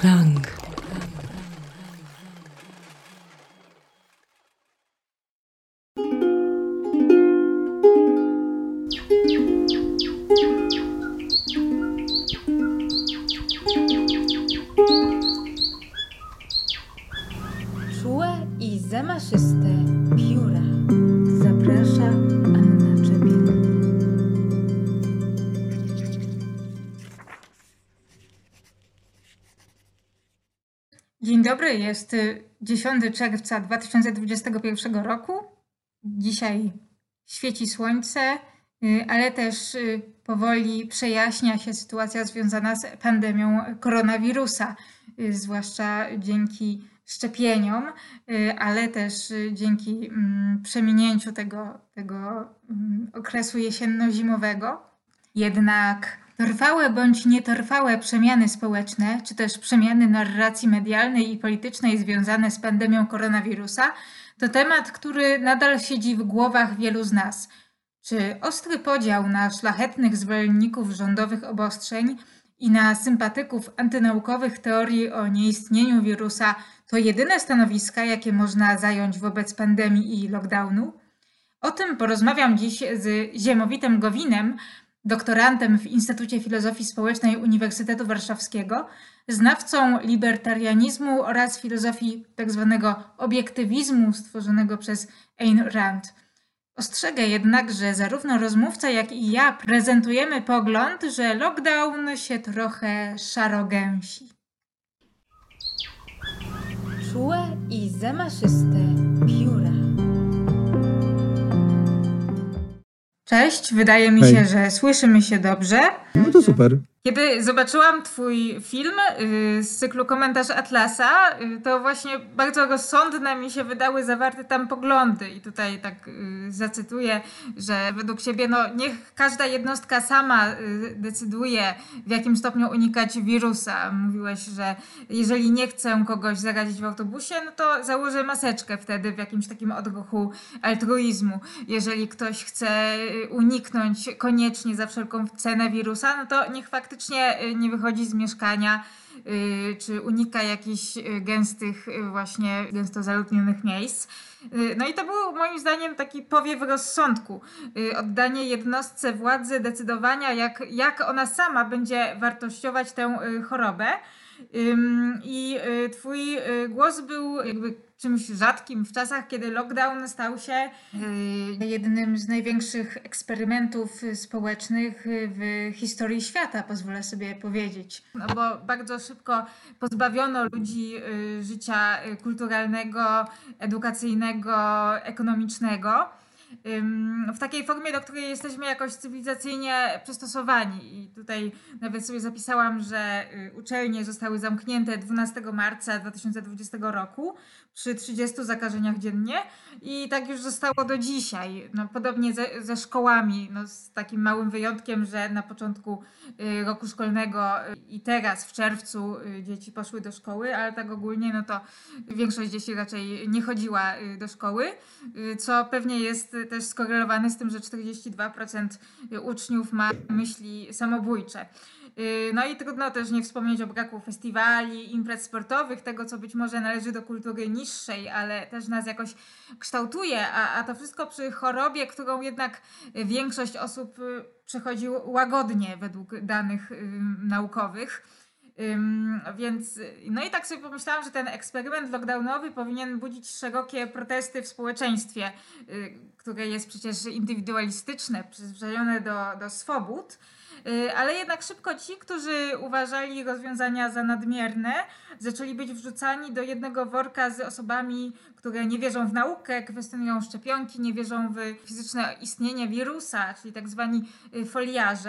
klang. Czułe i zamaszyste pióra. Zaprasza Anna Czepiel. Dzień dobry, jest 10 czerwca 2021 roku. Dzisiaj świeci słońce, ale też powoli przejaśnia się sytuacja związana z pandemią koronawirusa, zwłaszcza dzięki szczepieniom, ale też dzięki przeminięciu tego okresu jesienno-zimowego. Jednak trwałe bądź nietrwałe przemiany społeczne, czy też przemiany narracji medialnej i politycznej związane z pandemią koronawirusa, to temat, który nadal siedzi w głowach wielu z nas. Czy ostry podział na szlachetnych zwolenników rządowych obostrzeń i na sympatyków antynaukowych teorii o nieistnieniu wirusa to jedyne stanowiska, jakie można zająć wobec pandemii i lockdownu? O tym porozmawiam dziś z Ziemowitem Gowinem, doktorantem w Instytucie Filozofii Społecznej Uniwersytetu Warszawskiego, znawcą libertarianizmu oraz filozofii tzw. obiektywizmu stworzonego przez Ayn Rand. Ostrzegę jednak, że zarówno rozmówca, jak i ja prezentujemy pogląd, że lockdown się trochę szarogęsi. Czułe i zamaszyste pióra. Cześć, wydaje mi się, że słyszymy się dobrze. No to super. Kiedy zobaczyłam twój film z cyklu Komentarz Atlasa, to właśnie bardzo rozsądne mi się wydały zawarte tam poglądy. I tutaj tak zacytuję, że według ciebie niech każda jednostka sama decyduje, w jakim stopniu unikać wirusa. Mówiłeś, że jeżeli nie chcę kogoś zarazić w autobusie, no to założę maseczkę wtedy w jakimś takim odruchu altruizmu. Jeżeli ktoś chce uniknąć koniecznie za wszelką cenę wirusa, no to niech faktycznie nie wychodzi z mieszkania, czy unika jakichś gęstych, właśnie gęsto zaludnionych miejsc. No i to był moim zdaniem taki powiew rozsądku. Oddanie jednostce władzy decydowania, jak ona sama będzie wartościować tę chorobę. I twój głos był jakby czymś rzadkim w czasach, kiedy lockdown stał się jednym z największych eksperymentów społecznych w historii świata, pozwolę sobie powiedzieć. No bo bardzo szybko pozbawiono ludzi życia kulturalnego, edukacyjnego, ekonomicznego. W takiej formie, do której jesteśmy jakoś cywilizacyjnie przystosowani. I tutaj nawet sobie zapisałam, że uczelnie zostały zamknięte 12 marca 2020 roku przy 30 zakażeniach dziennie i tak już zostało do dzisiaj. Podobnie ze szkołami, z takim małym wyjątkiem, że na początku roku szkolnego i teraz w czerwcu dzieci poszły do szkoły, ale tak ogólnie to większość dzieci raczej nie chodziła do szkoły, co pewnie jest też skorelowane z tym, że 42% uczniów ma myśli samobójcze. No i trudno też nie wspomnieć o braku festiwali, imprez sportowych, tego co być może należy do kultury niższej, ale też nas jakoś kształtuje, a to wszystko przy chorobie, którą jednak większość osób przechodzi łagodnie według danych naukowych. Więc, i tak sobie pomyślałam, że ten eksperyment lockdownowy powinien budzić szerokie protesty w społeczeństwie, które jest przecież indywidualistyczne, przyzwyczajone do swobód. Ale jednak szybko ci, którzy uważali rozwiązania za nadmierne, zaczęli być wrzucani do jednego worka z osobami, które nie wierzą w naukę, kwestionują szczepionki, nie wierzą w fizyczne istnienie wirusa, czyli tak zwani foliarze.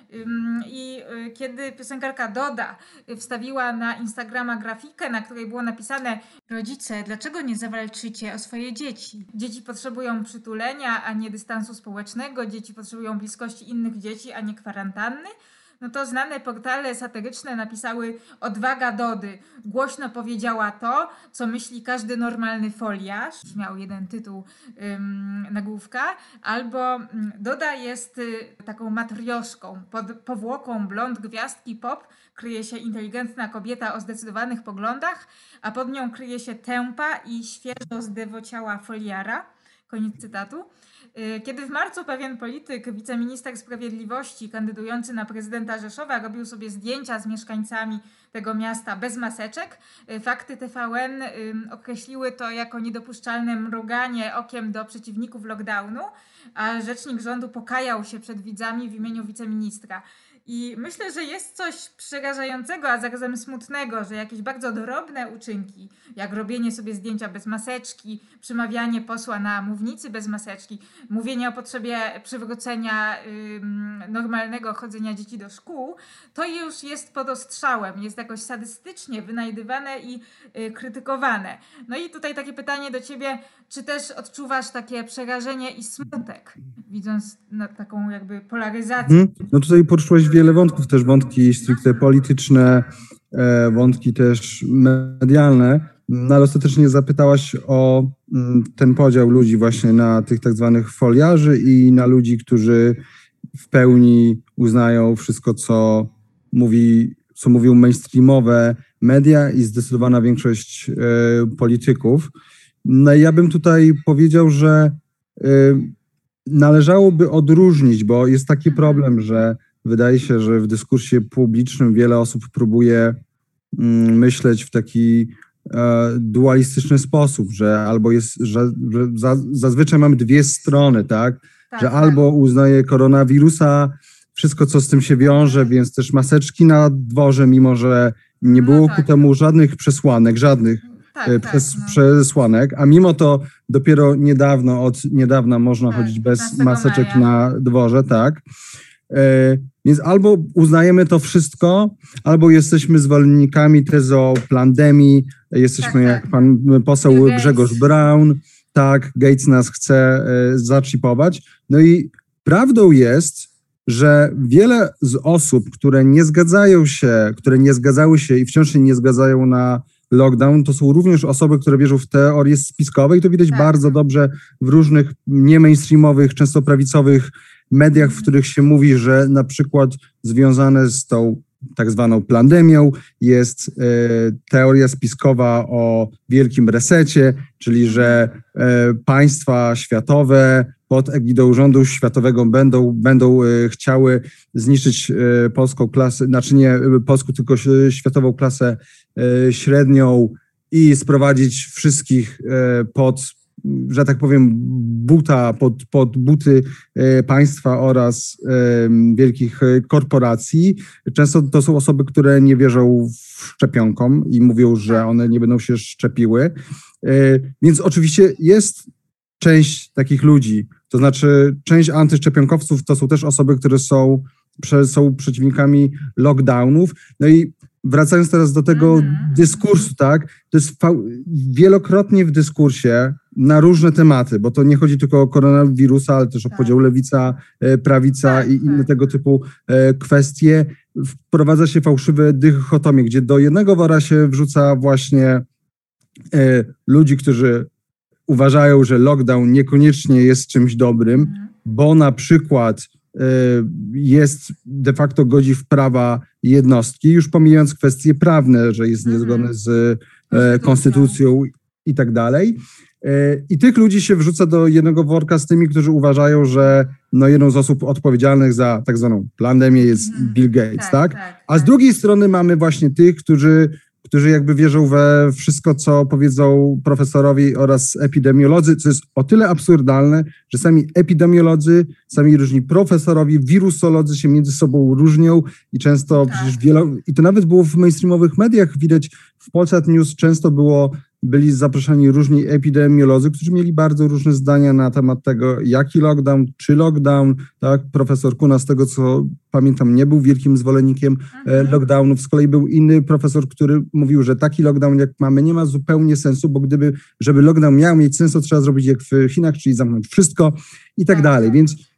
I kiedy piosenkarka Doda wstawiła na Instagrama grafikę, na której było napisane: rodzice, dlaczego nie zawalczycie o swoje dzieci? Dzieci potrzebują przytulenia, a nie dystansu społecznego. Dzieci potrzebują bliskości innych dzieci, a nie kwarantanny. no to znane portale satyryczne napisały: odwaga Dody głośno powiedziała to, co myśli każdy normalny foliarz. Miał jeden tytuł nagłówka. Albo Doda jest taką matrioszką. Pod powłoką blond gwiazdki pop kryje się inteligentna kobieta o zdecydowanych poglądach, a pod nią kryje się tępa i świeżo zdewociała foliara. Koniec cytatu. Kiedy w marcu pewien polityk, wiceminister sprawiedliwości kandydujący na prezydenta Rzeszowa robił sobie zdjęcia z mieszkańcami tego miasta bez maseczek, Fakty TVN określiły to jako niedopuszczalne mruganie okiem do przeciwników lockdownu, a rzecznik rządu pokajał się przed widzami w imieniu wiceministra. I myślę, że jest coś przerażającego, a zarazem smutnego, że jakieś bardzo drobne uczynki, jak robienie sobie zdjęcia bez maseczki, przemawianie posła na mównicy bez maseczki, mówienie o potrzebie przywrócenia normalnego chodzenia dzieci do szkół, to już jest pod ostrzałem, jest jakoś sadystycznie wynajdywane i krytykowane. No i tutaj takie pytanie do ciebie, czy też odczuwasz takie przerażenie i smutek, widząc taką jakby polaryzację? No tutaj poruszyłeś wiele wątków, też wątki stricte polityczne, wątki też medialne, no ale ostatecznie zapytałaś o ten podział ludzi właśnie na tych tak zwanych foliarzy i na ludzi, którzy w pełni uznają wszystko, co mówią mainstreamowe media i zdecydowana większość polityków. No i ja bym tutaj powiedział, że należałoby odróżnić, bo jest taki problem, że wydaje się, że w dyskursie publicznym wiele osób próbuje myśleć w taki dualistyczny sposób, że albo jest, że zazwyczaj mamy dwie strony, tak? Że albo uznaje koronawirusa, wszystko co z tym się wiąże, więc też maseczki na dworze, mimo że nie było ku temu żadnych przesłanek, przesłanek, a mimo to dopiero od niedawna można chodzić bez maseczek na dworze, tak. Więc albo uznajemy to wszystko, albo jesteśmy zwolennikami tezoplandemii, jesteśmy jak pan poseł Grzegorz Braun, tak, Gates nas chce zaczipować. No i prawdą jest, że wiele z osób, które nie zgadzały się i wciąż się nie zgadzają na lockdown, to są również osoby, które wierzą w teorie spiskowe i to widać bardzo dobrze w różnych nie-mainstreamowych, często prawicowych mediach, w których się mówi, że na przykład związane z tą tak zwaną pandemią jest teoria spiskowa o wielkim resecie, czyli że państwa światowe pod egidą rządu światowego będą chciały zniszczyć polską klasę, znaczy nie polską, tylko światową klasę średnią i sprowadzić wszystkich pod, że tak powiem, pod buty państwa oraz wielkich korporacji. Często to są osoby, które nie wierzą w szczepionkom i mówią, że one nie będą się szczepiły. Więc oczywiście jest część takich ludzi, to znaczy część antyszczepionkowców to są też osoby, które są przeciwnikami lockdownów. No i wracając teraz do tego dyskursu, tak, to jest wielokrotnie w dyskursie na różne tematy, bo to nie chodzi tylko o koronawirusa, ale też o podział lewica, prawica i inne tego typu kwestie. Wprowadza się fałszywe dychotomie, gdzie do jednego wora się wrzuca właśnie ludzi, którzy uważają, że lockdown niekoniecznie jest czymś dobrym, bo na przykład jest de facto godzi w prawa jednostki, już pomijając kwestie prawne, że jest niezgodne z konstytucją i tak dalej. I tych ludzi się wrzuca do jednego worka z tymi, którzy uważają, że jedną z osób odpowiedzialnych za tak zwaną pandemię jest Bill Gates, tak? A z drugiej strony mamy właśnie tych, którzy jakby wierzą we wszystko, co powiedzą profesorowie oraz epidemiolodzy, co jest o tyle absurdalne, że sami epidemiolodzy, sami różni profesorowie, wirusolodzy się między sobą różnią i często przecież i to nawet było w mainstreamowych mediach widać, w Polsat News często byli zapraszani różni epidemiolodzy, którzy mieli bardzo różne zdania na temat tego, jaki lockdown, czy lockdown, tak? Profesor Kuna, z tego co pamiętam, nie był wielkim zwolennikiem lockdownów. Z kolei był inny profesor, który mówił, że taki lockdown, jak mamy, nie ma zupełnie sensu, bo żeby lockdown miał mieć sens, to trzeba zrobić jak w Chinach, czyli zamknąć wszystko i tak dalej. Więc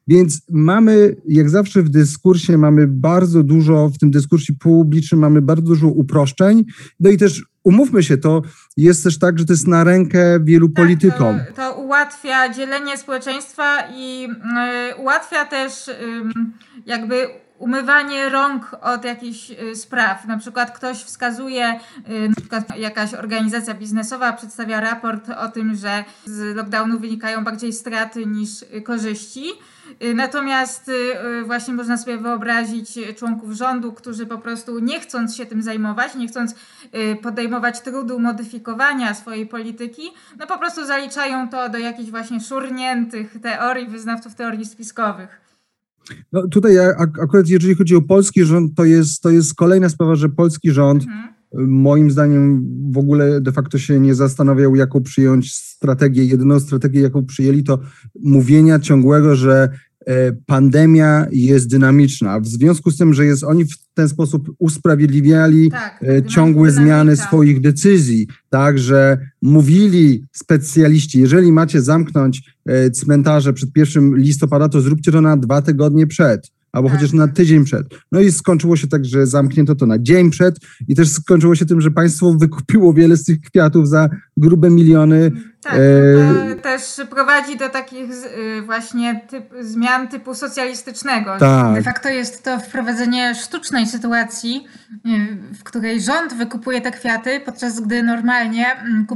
Więc mamy, jak zawsze w dyskursie, mamy bardzo dużo, w tym dyskursie publicznym mamy bardzo dużo uproszczeń. No i też umówmy się, to jest też tak, że to jest na rękę wielu politykom. To ułatwia dzielenie społeczeństwa i ułatwia też jakby umywanie rąk od jakichś spraw. Na przykład ktoś wskazuje, na przykład jakaś organizacja biznesowa przedstawia raport o tym, że z lockdownu wynikają bardziej straty niż korzyści. Natomiast właśnie można sobie wyobrazić członków rządu, którzy po prostu nie chcąc się tym zajmować, nie chcąc podejmować trudu modyfikowania swojej polityki, no po prostu zaliczają to do jakichś właśnie szurniętych teorii, wyznawców teorii spiskowych. No tutaj akurat jeżeli chodzi o polski rząd, to jest kolejna sprawa, że polski rząd moim zdaniem w ogóle de facto się nie zastanawiał, jaką przyjąć strategię. Jedyną strategię, jaką przyjęli, to mówienia ciągłego, że pandemia jest dynamiczna. W związku z tym, że oni w ten sposób usprawiedliwiali ciągłe zmiany swoich decyzji. Tak, że mówili specjaliści, jeżeli macie zamknąć cmentarze przed 1 listopada, to zróbcie to na 2 tygodnie przed. Albo chociaż na tydzień przed. No i skończyło się tak, że zamknięto to na dzień przed i też skończyło się tym, że państwo wykupiło wiele z tych kwiatów za grube miliony. Tak, to też prowadzi do takich właśnie zmian typu socjalistycznego. Tak. De facto jest to wprowadzenie sztucznej sytuacji, w której rząd wykupuje te kwiaty, podczas gdy normalnie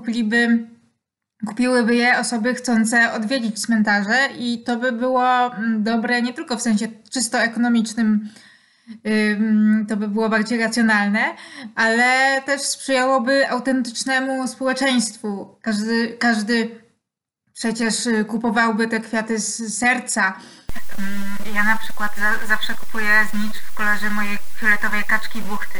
kupiłyby je osoby chcące odwiedzić cmentarze i to by było dobre nie tylko w sensie czysto ekonomicznym, to by było bardziej racjonalne, ale też sprzyjałoby autentycznemu społeczeństwu. Każdy przecież kupowałby te kwiaty z serca. Ja na przykład zawsze kupuję znicz w kolorze mojej fioletowej kaczki buchty.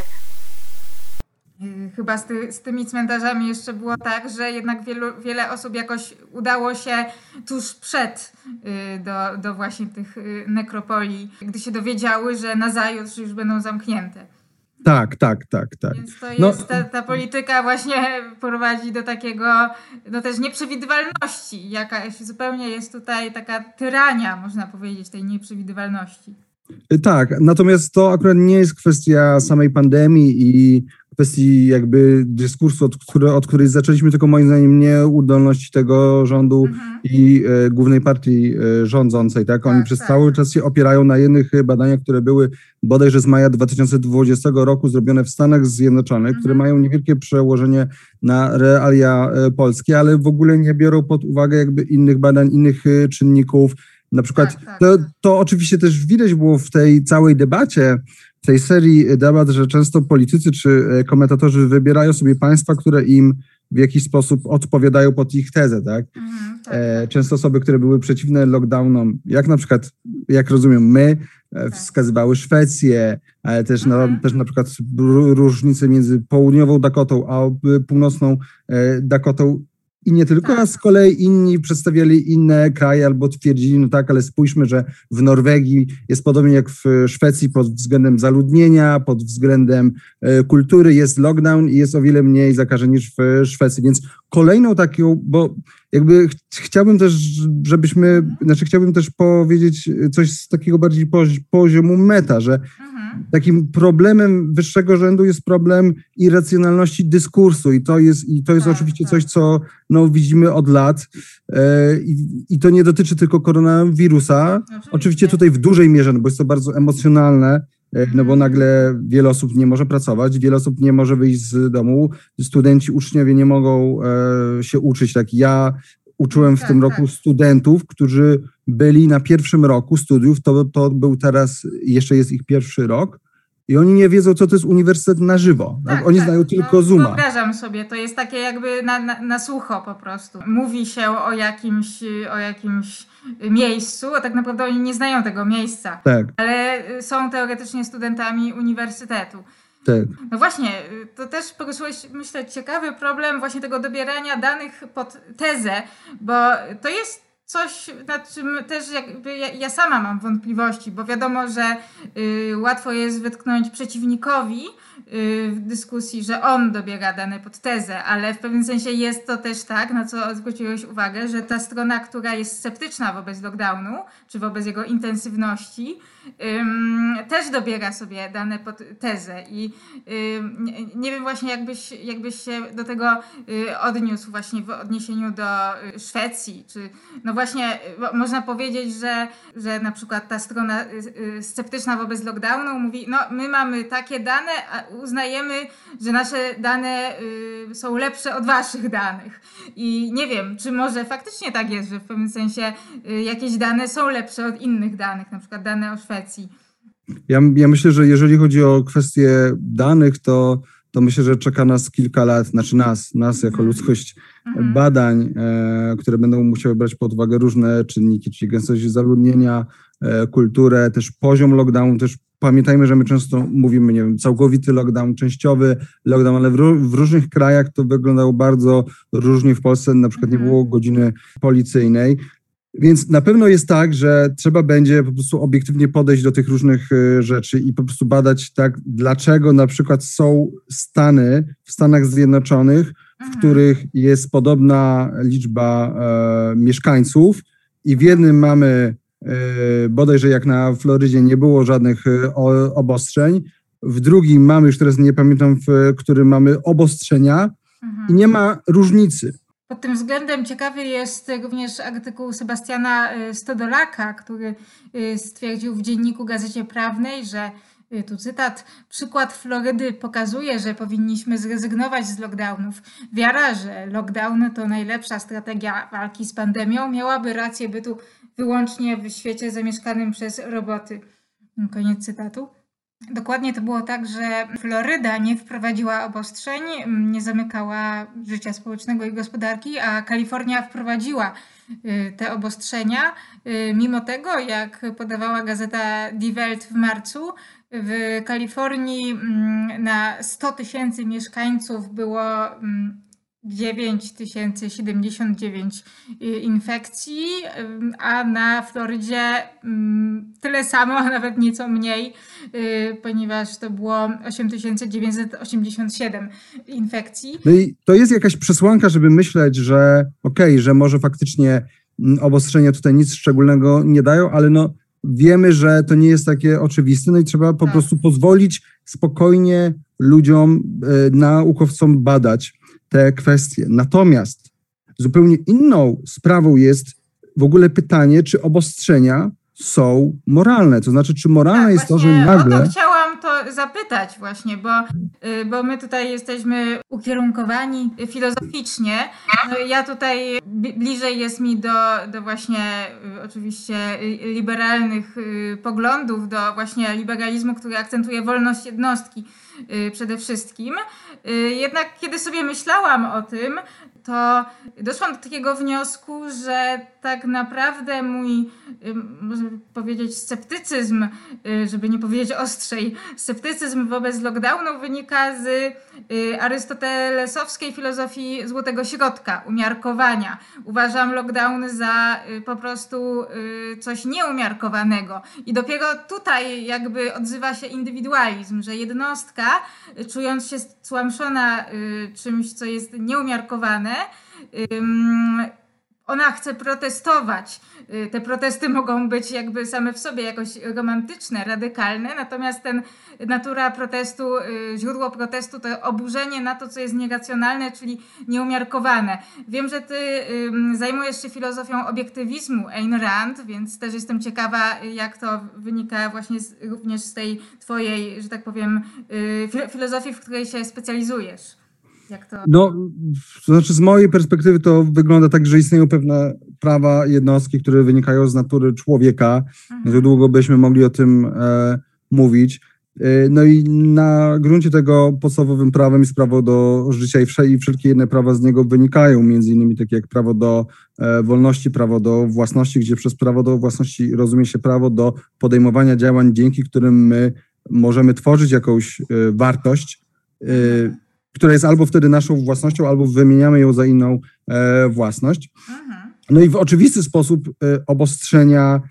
Chyba z tymi cmentarzami jeszcze było tak, że jednak wiele osób jakoś udało się tuż przed do właśnie tych nekropolii, gdy się dowiedziały, że nazajutrz już będą zamknięte. Tak. Więc to jest ta polityka właśnie prowadzi do takiego też nieprzewidywalności. Jakaś zupełnie jest tutaj taka tyrania, można powiedzieć, tej nieprzewidywalności. Tak, natomiast to akurat nie jest kwestia samej pandemii i kwestii jakby dyskursu, od której zaczęliśmy, tylko moim zdaniem nieudolności tego rządu i głównej partii rządzącej. Tak? Oni przez cały czas się opierają na jednych badaniach, które były bodajże z maja 2020 roku zrobione w Stanach Zjednoczonych, które mają niewielkie przełożenie na realia polskie, ale w ogóle nie biorą pod uwagę jakby innych badań, innych czynników. Na przykład to oczywiście też widać było w tej całej debacie, w tej serii debat, że często politycy czy komentatorzy wybierają sobie państwa, które im w jakiś sposób odpowiadają pod ich tezę, tak? Często osoby, które były przeciwne lockdownom, jak na przykład, jak rozumiem, my, wskazywały Szwecję, ale też na przykład różnice między południową Dakotą a północną Dakotą. I nie tylko, a z kolei inni przedstawiali inne kraje albo twierdzili, no tak, ale spójrzmy, że w Norwegii jest podobnie jak w Szwecji pod względem zaludnienia, pod względem kultury jest lockdown i jest o wiele mniej zakażeń niż w Szwecji. Więc kolejną taką, bo jakby chciałbym też powiedzieć coś z takiego bardziej poziomu meta, że takim problemem wyższego rzędu jest problem irracjonalności dyskursu i to jest oczywiście coś, co widzimy od lat i to nie dotyczy tylko koronawirusa. Oczywiście tutaj w dużej mierze, bo jest to bardzo emocjonalne, no bo nagle wiele osób nie może pracować, wiele osób nie może wyjść z domu, studenci, uczniowie nie mogą się uczyć. Tak, ja uczyłem w tym roku studentów, którzy byli na 1. roku studiów, to był teraz, jeszcze jest ich 1. rok i oni nie wiedzą, co to jest uniwersytet na żywo. Oni znają tylko Zooma. Wyobrażam sobie, to jest takie jakby na sucho po prostu. Mówi się o jakimś miejscu, a tak naprawdę oni nie znają tego miejsca. Tak. Ale są teoretycznie studentami uniwersytetu. Tak. No właśnie, to też poruszyłeś, myślę, ciekawy problem właśnie tego dobierania danych pod tezę, bo to jest coś, nad czym też jakby ja sama mam wątpliwości, bo wiadomo, że łatwo jest wytknąć przeciwnikowi w dyskusji, że on dobiera dane pod tezę, ale w pewnym sensie jest to też tak, na co zwróciłeś uwagę, że ta strona, która jest sceptyczna wobec lockdownu, czy wobec jego intensywności, też dobiera sobie dane pod tezę i nie wiem właśnie jakbyś się do tego odniósł właśnie w odniesieniu do Szwecji, czy no właśnie można powiedzieć, że na przykład ta strona sceptyczna wobec lockdownu mówi, no my mamy takie dane, a uznajemy, że nasze dane są lepsze od waszych danych i nie wiem, czy może faktycznie tak jest, że w pewnym sensie jakieś dane są lepsze od innych danych, na przykład dane o Szwecji. Ja myślę, że jeżeli chodzi o kwestie danych, to myślę, że czeka nas kilka lat, znaczy nas jako ludzkość, badań, które będą musiały brać pod uwagę różne czynniki, czyli gęstość zaludnienia, kulturę, też poziom lockdownu, też pamiętajmy, że my często mówimy, nie wiem, całkowity lockdown, częściowy lockdown, ale w różnych krajach to wyglądało bardzo różnie. W Polsce na przykład nie było godziny policyjnej. Więc na pewno jest tak, że trzeba będzie po prostu obiektywnie podejść do tych różnych rzeczy i po prostu badać tak, dlaczego na przykład są stany w Stanach Zjednoczonych, w których jest podobna liczba mieszkańców i w jednym mamy bodajże jak na Florydzie nie było żadnych obostrzeń, w drugim mamy, już teraz nie pamiętam, w którym mamy obostrzenia i nie ma różnicy. Pod tym względem ciekawy jest również artykuł Sebastiana Stodolaka, który stwierdził w dzienniku Gazecie Prawnej, że, tu cytat, przykład Florydy pokazuje, że powinniśmy zrezygnować z lockdownów. Wiara, że lockdown to najlepsza strategia walki z pandemią, miałaby rację bytu wyłącznie w świecie zamieszkanym przez roboty. Koniec cytatu. Dokładnie to było tak, że Floryda nie wprowadziła obostrzeń, nie zamykała życia społecznego i gospodarki, a Kalifornia wprowadziła te obostrzenia. Mimo tego, jak podawała gazeta Die Welt w marcu, w Kalifornii na 100 000 mieszkańców było 9079 infekcji, a na Florydzie tyle samo, a nawet nieco mniej, ponieważ to było 8987 infekcji. No i to jest jakaś przesłanka, żeby myśleć, że że może faktycznie obostrzenia tutaj nic szczególnego nie dają, ale no wiemy, że to nie jest takie oczywiste, no i trzeba po prostu pozwolić spokojnie ludziom, naukowcom badać te kwestie. Natomiast zupełnie inną sprawą jest w ogóle pytanie, czy obostrzenia są moralne. To znaczy, czy moralne jest to, że nagle... O to chciałam to zapytać właśnie, bo my tutaj jesteśmy ukierunkowani filozoficznie. No, ja tutaj bliżej jest mi do właśnie oczywiście liberalnych poglądów, do właśnie liberalizmu, który akcentuje wolność jednostki przede wszystkim. Jednak kiedy sobie myślałam o tym, to doszłam do takiego wniosku, że tak naprawdę mój, można powiedzieć, sceptycyzm, żeby nie powiedzieć ostrzej, sceptycyzm wobec lockdownu wynika z arystotelesowskiej filozofii złotego środka, umiarkowania. Uważam lockdown za po prostu coś nieumiarkowanego i dopiero tutaj jakby odzywa się indywidualizm, że jednostka, czując się stłamszona czymś, co jest nieumiarkowane, ona chce protestować. Te protesty mogą być jakby same w sobie jakoś romantyczne, radykalne, natomiast natura protestu, źródło protestu to oburzenie na to, co jest nieracjonalne, czyli nieumiarkowane. Wiem, że ty zajmujesz się filozofią obiektywizmu Ayn Rand, więc też jestem ciekawa, jak to wynika właśnie również z tej twojej, że tak powiem, filozofii, w której się specjalizujesz. No, to znaczy z mojej perspektywy to wygląda tak, że istnieją pewne prawa jednostki, które wynikają z natury człowieka. Jak długo byśmy mogli o tym mówić. No i na gruncie tego podstawowym prawem jest prawo do życia i wszelkie inne prawa z niego wynikają, między innymi takie jak prawo do wolności, prawo do własności, gdzie przez prawo do własności rozumie się prawo do podejmowania działań, dzięki którym my możemy tworzyć jakąś wartość, która jest albo wtedy naszą własnością, albo wymieniamy ją za inną własność. No i w oczywisty sposób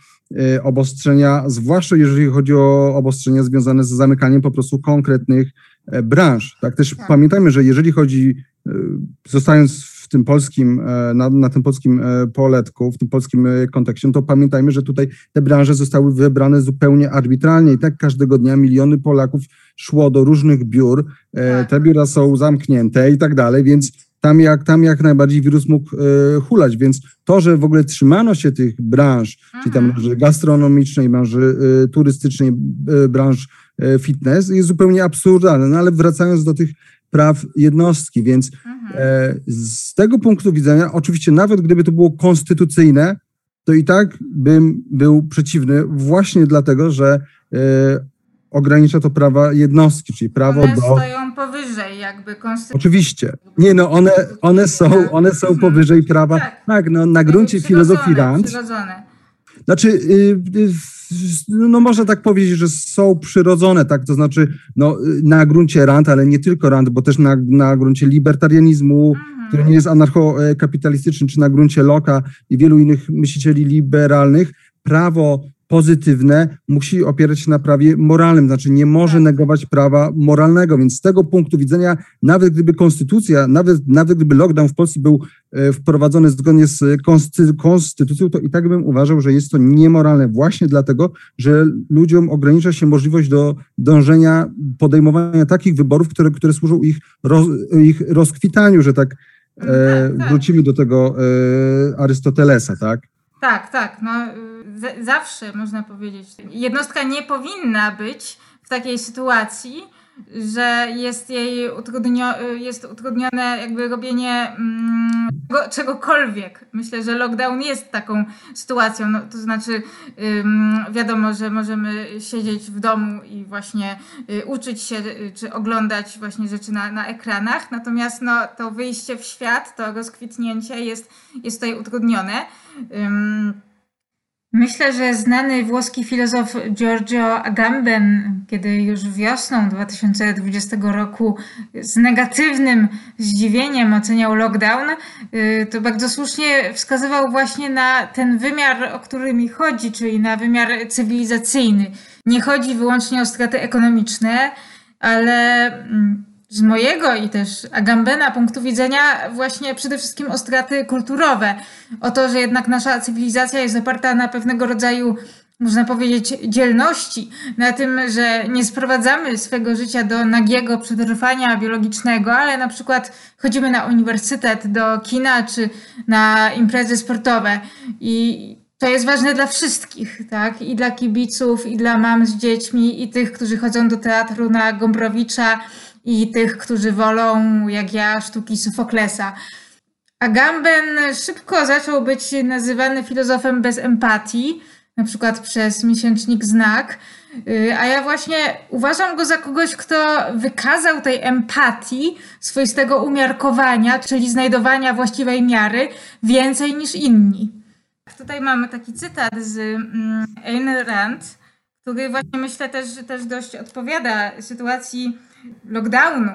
obostrzenia, zwłaszcza jeżeli chodzi o obostrzenia związane z zamykaniem po prostu konkretnych branż. Tak? Też Tak. pamiętajmy, że jeżeli chodzi, zostając w tym polskim, na tym polskim poletku, w tym polskim kontekście, no to pamiętajmy, że tutaj te branże zostały wybrane zupełnie arbitralnie i tak każdego dnia miliony Polaków szło do różnych biur, te biura są zamknięte i tak dalej, więc tam jak najbardziej wirus mógł hulać, więc to, że w ogóle trzymano się tych branż, czyli tam branży gastronomicznej, branży turystycznej, branż fitness, jest zupełnie absurdalne. No ale wracając do tych praw jednostki, więc z tego punktu widzenia, oczywiście nawet gdyby to było konstytucyjne, to i tak bym był przeciwny właśnie dlatego, że ogranicza to prawa jednostki, czyli prawo one do... stoją powyżej jakby konstytucji. Oczywiście. Nie, no one są powyżej prawa. Tak, no na gruncie filozofii Rand. Przyrodzone. Znaczy, no można tak powiedzieć, że są przyrodzone, tak? To znaczy, no na gruncie Rand, ale nie tylko Rand, bo też na gruncie libertarianizmu, który nie jest anarchokapitalistyczny, czy na gruncie Locke'a i wielu innych myślicieli liberalnych, prawo pozytywne musi opierać się na prawie moralnym, znaczy nie może negować prawa moralnego, więc z tego punktu widzenia, nawet gdyby konstytucja, nawet gdyby lockdown w Polsce był wprowadzony zgodnie z konstytucją, to i tak bym uważał, że jest to niemoralne właśnie dlatego, że ludziom ogranicza się możliwość do dążenia, podejmowania takich wyborów, które służą ich rozkwitaniu, że tak wrócimy do tego Arystotelesa, tak? Tak, no zawsze można powiedzieć. Jednostka nie powinna być w takiej sytuacji, że jest jej utrudnione jakby robienie czegokolwiek. Myślę, że lockdown jest taką sytuacją. No, to znaczy wiadomo, że możemy siedzieć w domu i właśnie uczyć się czy oglądać właśnie rzeczy na ekranach, natomiast no, to wyjście w świat, to rozkwitnięcie jest tutaj utrudnione. Myślę, że znany włoski filozof Giorgio Agamben, kiedy już wiosną 2020 roku z negatywnym zdziwieniem oceniał lockdown, to bardzo słusznie wskazywał właśnie na ten wymiar, o który mi chodzi, czyli na wymiar cywilizacyjny. Nie chodzi wyłącznie o straty ekonomiczne, ale z mojego i też Agambena punktu widzenia właśnie przede wszystkim o straty kulturowe. O to, że jednak nasza cywilizacja jest oparta na pewnego rodzaju, można powiedzieć, dzielności. Na tym, że nie sprowadzamy swego życia do nagiego przetrwania biologicznego, ale na przykład chodzimy na uniwersytet, do kina czy na imprezy sportowe. I to jest ważne dla wszystkich, tak? I dla kibiców, i dla mam z dziećmi, i tych, którzy chodzą do teatru na Gombrowicza, i tych, którzy wolą, jak ja, sztuki Sofoklesa. Agamben szybko zaczął być nazywany filozofem bez empatii, na przykład przez miesięcznik Znak, a ja właśnie uważam go za kogoś, kto wykazał tej empatii, swoistego umiarkowania, czyli znajdowania właściwej miary więcej niż inni. Tutaj mamy taki cytat z Ayn Rand, który właśnie myślę też dość odpowiada sytuacji lockdownu.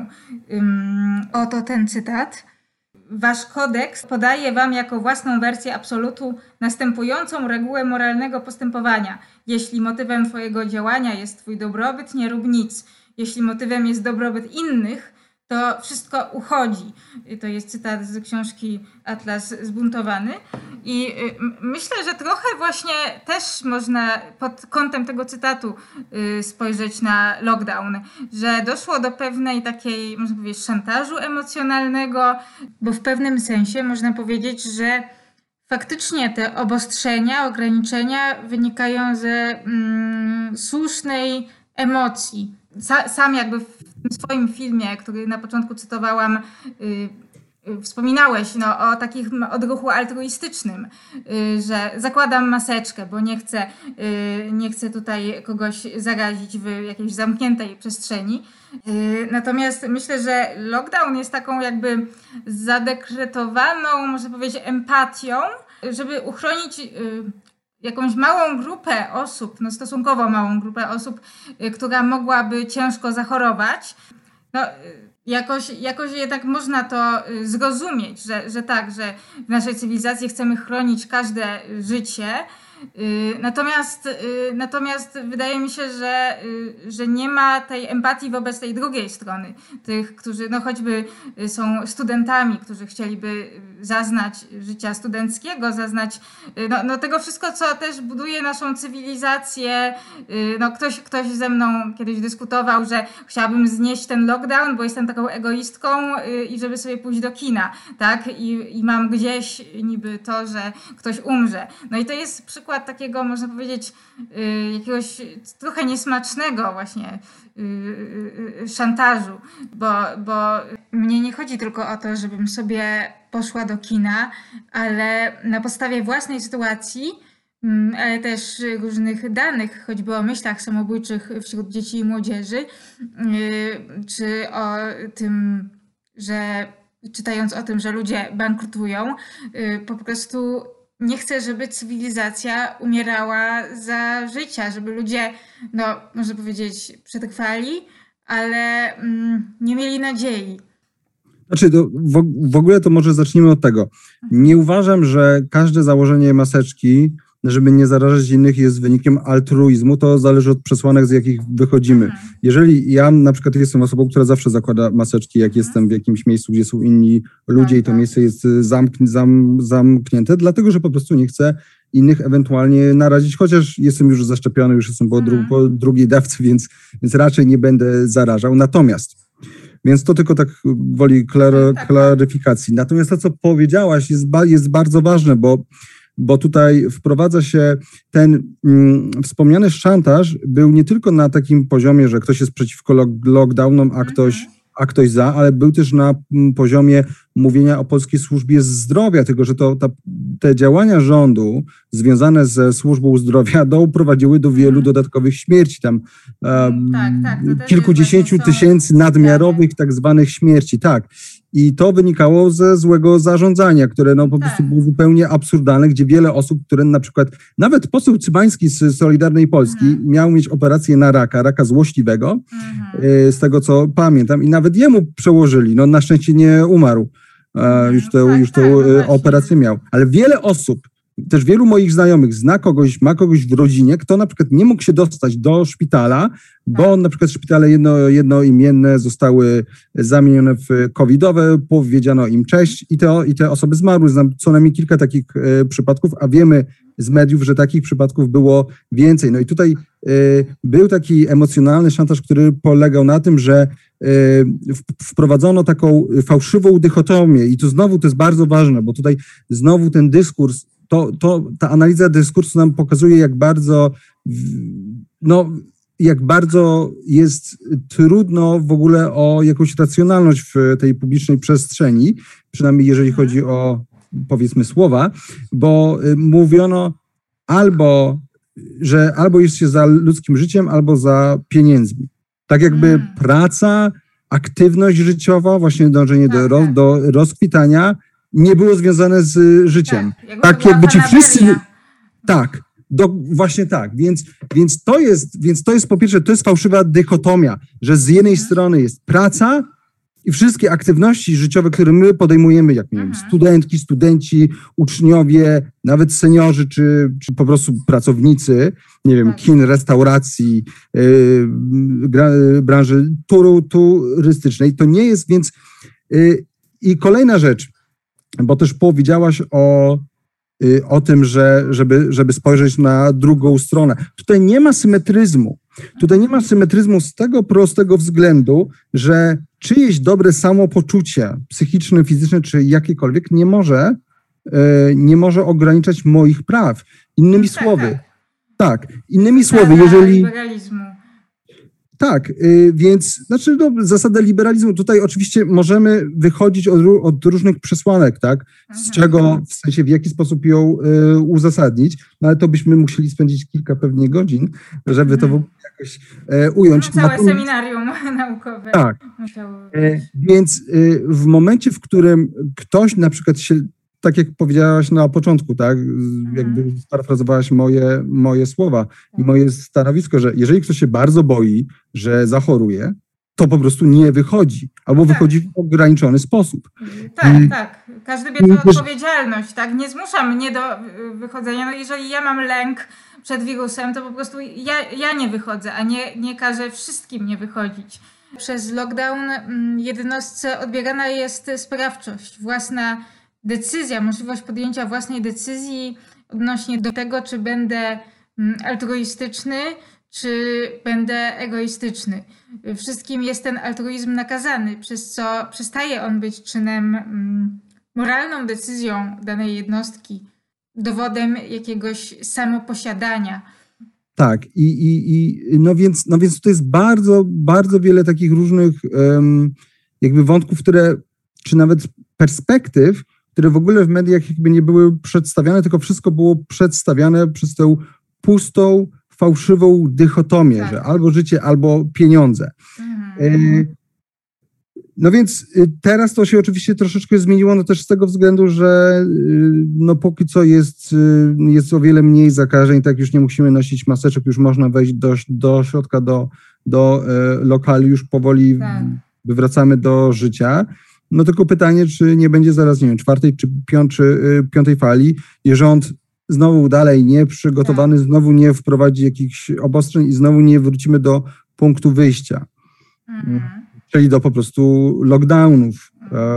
Oto ten cytat. Wasz kodeks podaje wam jako własną wersję absolutu następującą regułę moralnego postępowania. Jeśli motywem twojego działania jest twój dobrobyt, nie rób nic. Jeśli motywem jest dobrobyt innych, to wszystko uchodzi. To jest cytat z książki Atlas Zbuntowany. I myślę, że trochę właśnie też można pod kątem tego cytatu spojrzeć na lockdown, że doszło do pewnej takiej, można powiedzieć, szantażu emocjonalnego, bo w pewnym sensie można powiedzieć, że faktycznie te obostrzenia, ograniczenia wynikają ze słusznej emocji. Sam jakby w tym swoim filmie, który na początku cytowałam, wspominałeś o takim odruchu altruistycznym, że zakładam maseczkę, bo nie chcę tutaj kogoś zarazić w jakiejś zamkniętej przestrzeni. Natomiast myślę, że lockdown jest taką jakby zadekretowaną, można powiedzieć, empatią, żeby uchronić jakąś małą grupę osób, stosunkowo małą grupę osób, która mogłaby ciężko zachorować. Jakoś jednak można to zrozumieć, że tak, że w naszej cywilizacji chcemy chronić każde życie, Natomiast wydaje mi się, że nie ma tej empatii wobec tej drugiej strony. Tych, którzy no choćby są studentami, którzy chcieliby zaznać życia studenckiego, zaznać no tego wszystko, co też buduje naszą cywilizację. No ktoś ze mną kiedyś dyskutował, że chciałabym znieść ten lockdown, bo jestem taką egoistką i żeby sobie pójść do kina, tak? I mam gdzieś niby to, że ktoś umrze. No i to jest przykład takiego, można powiedzieć, jakiegoś trochę niesmacznego właśnie szantażu, bo mnie nie chodzi tylko o to, żebym sobie poszła do kina, ale na podstawie własnej sytuacji, ale też różnych danych, choćby o myślach samobójczych wśród dzieci i młodzieży, czy o tym, że czytając o tym, że ludzie bankrutują, po prostu nie chcę, żeby cywilizacja umierała za życia, żeby ludzie, no można powiedzieć, przetrwali, ale nie mieli nadziei. Znaczy, w ogóle to może zacznijmy od tego. Nie uważam, że każde założenie maseczki, żeby nie zarażać innych, jest wynikiem altruizmu. To zależy od przesłanek, z jakich wychodzimy. Jeżeli ja na przykład jestem osobą, która zawsze zakłada maseczki, jak jestem w jakimś miejscu, gdzie są inni ludzie i to miejsce jest zamknięte, dlatego że po prostu nie chcę innych ewentualnie narazić, chociaż jestem już zaszczepiony, już jestem po drugiej dawce, więc raczej nie będę zarażał. Natomiast więc to tylko tak woli klaryfikacji. Natomiast to, co powiedziałaś, jest bardzo ważne, bo tutaj wprowadza się ten wspomniany szantaż był nie tylko na takim poziomie, że ktoś jest przeciwko lockdownom, a ktoś za, ale był też na poziomie mówienia o polskiej służbie zdrowia, tylko że te działania rządu związane ze służbą zdrowia doprowadziły do wielu dodatkowych śmierci, tam kilkudziesięciu tysięcy nadmiarowych tak zwanych śmierci, tak. I to wynikało ze złego zarządzania, które no po prostu było zupełnie absurdalne, gdzie wiele osób, które na przykład, nawet poseł Cymański z Solidarnej Polski miał mieć operację na raka złośliwego, z tego co pamiętam, i nawet jemu przełożyli. No na szczęście nie umarł, już tę operację miał. Ale wiele osób, też wielu moich znajomych ma kogoś w rodzinie, kto na przykład nie mógł się dostać do szpitala, bo na przykład szpitale jednoimienne zostały zamienione w covidowe, powiedziano im cześć i te osoby zmarły. Znam co najmniej kilka takich przypadków, a wiemy z mediów, że takich przypadków było więcej. No i tutaj był taki emocjonalny szantaż, który polegał na tym, że wprowadzono taką fałszywą dychotomię i to znowu to jest bardzo ważne, bo tutaj znowu ten dyskurs, ta analiza dyskursu nam pokazuje, jak bardzo jest trudno w ogóle o jakąś racjonalność w tej publicznej przestrzeni, przynajmniej jeżeli chodzi o, powiedzmy, słowa, bo mówiono że albo jest się za ludzkim życiem, albo za pieniędzmi. Tak jakby praca, aktywność życiowa, właśnie dążenie do rozkwitania nie było związane z życiem. Tak jakby ci wszyscy... Tak, właśnie tak. Więc to jest po pierwsze, to jest fałszywa dychotomia, że z jednej strony jest praca i wszystkie aktywności życiowe, które my podejmujemy, jak nie wiem, studentki, studenci, uczniowie, nawet seniorzy, czy po prostu pracownicy, nie wiem, kin, restauracji, branży turystycznej. To nie jest, więc... I kolejna rzecz, bo też powiedziałaś o tym, żeby spojrzeć na drugą stronę. Tutaj nie ma symetryzmu. Tutaj nie ma symetryzmu z tego prostego względu, że czyjeś dobre samopoczucie psychiczne, fizyczne czy jakiekolwiek nie może ograniczać moich praw. Innymi słowy. Tak, innymi słowy, jeżeli... Tak, więc zasada liberalizmu, tutaj oczywiście możemy wychodzić od różnych przesłanek, tak? Z czego, w sensie w jaki sposób ją uzasadnić, no ale to byśmy musieli spędzić kilka pewnie godzin, żeby to w ogóle jakoś ująć. Całe seminarium naukowe. Tak, więc w momencie, w którym ktoś na przykład się, tak jak powiedziałaś na początku, tak, jakby sparafrazowałaś moje słowa i moje stanowisko, że jeżeli ktoś się bardzo boi, że zachoruje, to po prostu nie wychodzi, albo wychodzi w ograniczony sposób. Tak, tak. każdy bierze odpowiedzialność, tak? Nie zmusza mnie do wychodzenia. No jeżeli ja mam lęk przed wirusem, to po prostu ja nie wychodzę, a nie każę wszystkim nie wychodzić. Przez lockdown jednostce odbierana jest sprawczość, własna decyzja, możliwość podjęcia własnej decyzji odnośnie do tego, czy będę altruistyczny, czy będę egoistyczny. Wszystkim jest ten altruizm nakazany, przez co przestaje on być czynem, moralną decyzją danej jednostki, dowodem jakiegoś samoposiadania. Tak, no więc to jest bardzo, bardzo wiele takich różnych jakby wątków, czy nawet perspektyw, które w ogóle w mediach jakby nie były przedstawiane, tylko wszystko było przedstawiane przez tę pustą, fałszywą dychotomię, tak, że albo życie, albo pieniądze. No więc teraz to się oczywiście troszeczkę zmieniło, no też z tego względu, że no póki co jest o wiele mniej zakażeń, tak już nie musimy nosić maseczek, już można wejść do środka, do lokali, już powoli wracamy do życia. No tylko pytanie, czy nie będzie zaraz, nie wiem, 4. czy 5. fali i rząd znowu dalej nieprzygotowany, znowu nie wprowadzi jakichś obostrzeń i znowu nie wrócimy do punktu wyjścia. Czyli do po prostu lockdownów.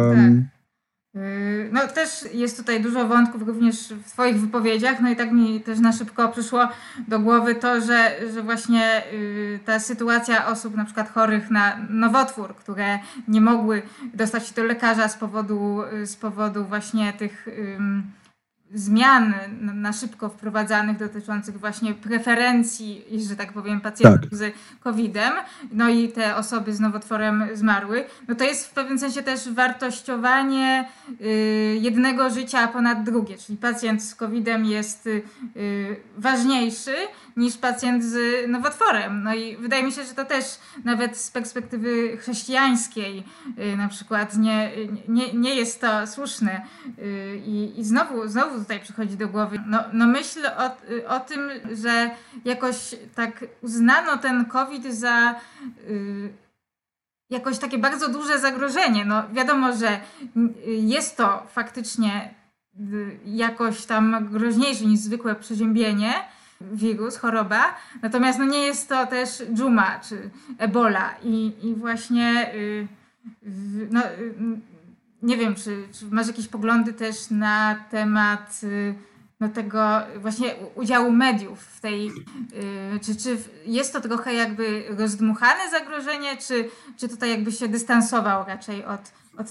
No też jest tutaj dużo wątków również w twoich wypowiedziach, no i tak mi też na szybko przyszło do głowy to, że właśnie ta sytuacja osób na przykład chorych na nowotwór, które nie mogły dostać się do lekarza z powodu właśnie tych zmian na szybko wprowadzanych dotyczących właśnie preferencji, że tak powiem, pacjentów z COVID-em, no i te osoby z nowotworem zmarły, no to jest w pewnym sensie też wartościowanie jednego życia ponad drugie, czyli pacjent z COVID-em jest ważniejszy niż pacjent z nowotworem. No i wydaje mi się, że to też nawet z perspektywy chrześcijańskiej na przykład nie jest to słuszne. I znowu tutaj przychodzi do głowy no myśl o tym, że jakoś tak uznano ten COVID za jakoś takie bardzo duże zagrożenie. No wiadomo, że jest to faktycznie jakoś tam groźniejsze niż zwykłe przeziębienie, wirus, choroba, natomiast no nie jest to też dżuma czy ebola i właśnie nie wiem, czy masz jakieś poglądy też na temat tego właśnie udziału mediów w tej, czy jest to trochę jakby rozdmuchane zagrożenie, czy tutaj jakby się dystansował raczej od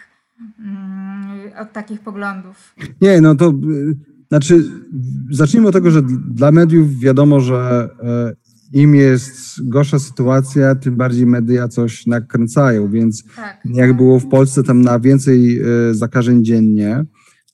takich poglądów? Nie, no to znaczy zacznijmy od tego, że dla mediów wiadomo, że im jest gorsza sytuacja, tym bardziej media coś nakręcają, więc jak było w Polsce tam na więcej zakażeń dziennie,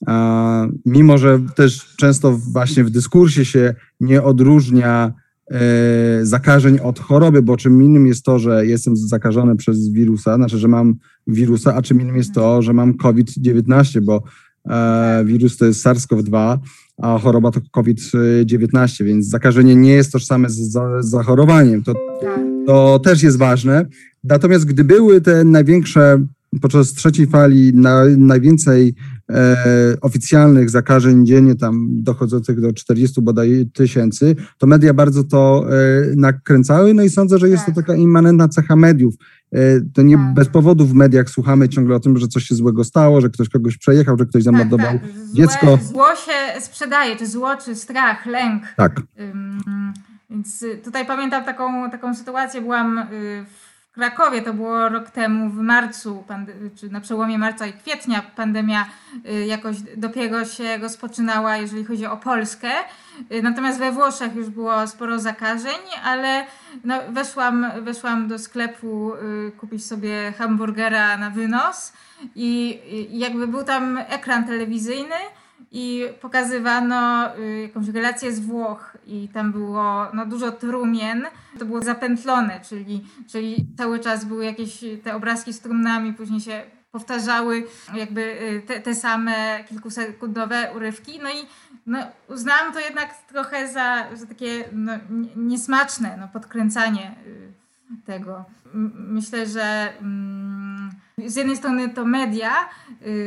mimo że też często właśnie w dyskursie się nie odróżnia zakażeń od choroby, bo czym innym jest to, że jestem zakażony przez wirusa, znaczy, że mam wirusa, a czym innym jest to, że mam COVID-19, bo wirus to jest SARS-CoV-2, a choroba to COVID-19, więc zakażenie nie jest tożsame z zachorowaniem. To też jest ważne. Natomiast gdy były te największe, podczas 3. fali, najwięcej oficjalnych zakażeń dziennie, tam dochodzących do 40 bodaj tysięcy, to media bardzo to nakręcały, no i sądzę, że jest to taka immanentna cecha mediów. To nie bez powodu w mediach słuchamy ciągle o tym, że coś się złego stało, że ktoś kogoś przejechał, że ktoś zamordował dziecko. Zło się sprzedaje, czy zło, czy strach, lęk. Tak. Więc tutaj pamiętam taką sytuację, byłam w Krakowie, to było rok temu w marcu, czy na przełomie marca i kwietnia, pandemia jakoś dopiero się rozpoczynała, jeżeli chodzi o Polskę. Natomiast we Włoszech już było sporo zakażeń, ale no weszłam do sklepu kupić sobie hamburgera na wynos i jakby był tam ekran telewizyjny i pokazywano jakąś relację z Włoch i tam było dużo trumien. To było zapętlone, czyli cały czas były jakieś te obrazki z trumnami, później się powtarzały jakby te same kilkusekundowe urywki. No i uznałam to jednak trochę za takie niesmaczne podkręcanie tego. Myślę, że z jednej strony to media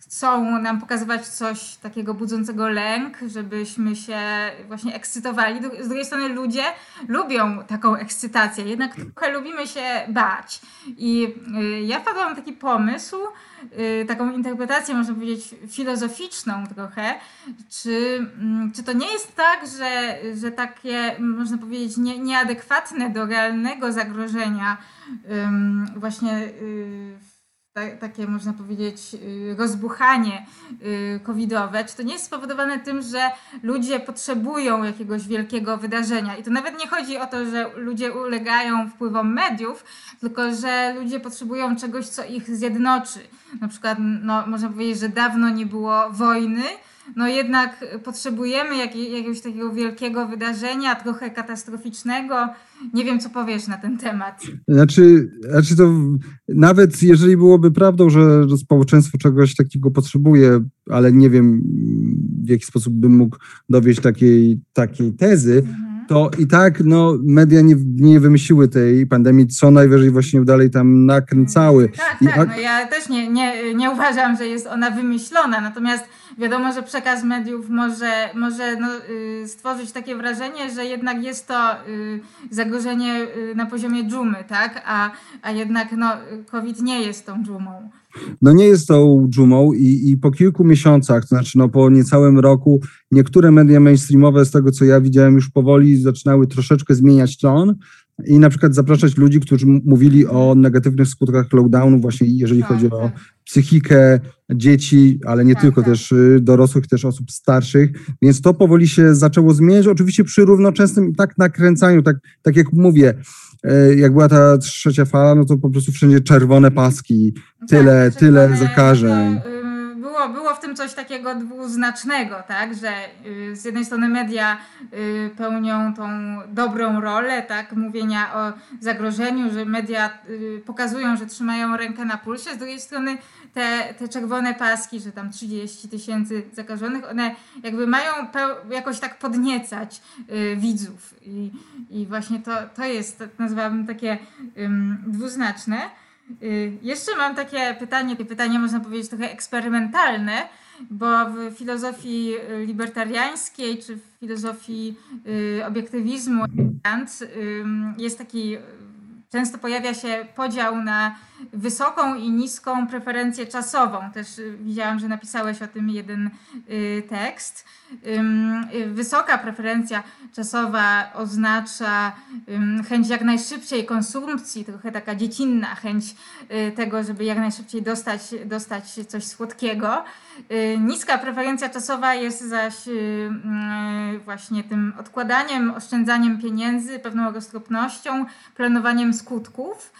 chcą nam pokazywać coś takiego budzącego lęk, żebyśmy się właśnie ekscytowali. Z drugiej strony ludzie lubią taką ekscytację, jednak trochę lubimy się bać. I ja wpadłam na taki pomysł, taką interpretację, można powiedzieć, filozoficzną trochę. Czy to nie jest tak, że takie, można powiedzieć, nieadekwatne do realnego zagrożenia właśnie takie, można powiedzieć, rozbuchanie covidowe, czy to nie jest spowodowane tym, że ludzie potrzebują jakiegoś wielkiego wydarzenia? I to nawet nie chodzi o to, że ludzie ulegają wpływom mediów, tylko że ludzie potrzebują czegoś, co ich zjednoczy. Na przykład, można powiedzieć, że dawno nie było wojny, jednak potrzebujemy jakiegoś takiego wielkiego wydarzenia, trochę katastroficznego. Nie wiem, co powiesz na ten temat. Znaczy to nawet jeżeli byłoby prawdą, że społeczeństwo czegoś takiego potrzebuje, ale nie wiem, w jaki sposób bym mógł dowieść takiej tezy, to i tak media nie wymyśliły tej pandemii, co najwyżej właśnie dalej tam nakręcały. Tak. Ja też nie uważam, że jest ona wymyślona, natomiast wiadomo, że przekaz mediów może stworzyć takie wrażenie, że jednak jest to zagrożenie na poziomie dżumy, tak? A jednak COVID nie jest tą dżumą. Nie jest tą dżumą i po kilku miesiącach, to znaczy po niecałym roku, niektóre media mainstreamowe, z tego co ja widziałem, już powoli zaczynały troszeczkę zmieniać ton i na przykład zapraszać ludzi, którzy mówili o negatywnych skutkach lockdownu, właśnie jeżeli chodzi o psychikę dzieci, ale nie tylko, też dorosłych, też osób starszych, więc to powoli się zaczęło zmieniać, oczywiście przy równoczesnym nakręcaniu, tak jak mówię, jak była ta trzecia fala, to po prostu wszędzie czerwone paski, tyle zakażeń. Było w tym coś takiego dwuznacznego, tak, że z jednej strony media pełnią tą dobrą rolę, tak, mówienia o zagrożeniu, że media pokazują, że trzymają rękę na pulsie, z drugiej strony te czerwone paski, że tam 30 000 zakażonych, one jakby mają jakoś tak podniecać widzów i właśnie to jest, nazwałabym takie dwuznaczne. Jeszcze mam takie pytanie można powiedzieć trochę eksperymentalne, bo w filozofii libertariańskiej czy w filozofii obiektywizmu jest taki, często pojawia się podział na wysoką i niską preferencję czasową. Też widziałam, że napisałeś o tym jeden tekst. Wysoka preferencja czasowa oznacza chęć jak najszybciej konsumpcji, trochę taka dziecinna chęć tego, żeby jak najszybciej dostać coś słodkiego. Niska preferencja czasowa jest zaś właśnie tym odkładaniem, oszczędzaniem pieniędzy, pewną roztropnością, planowaniem skutków.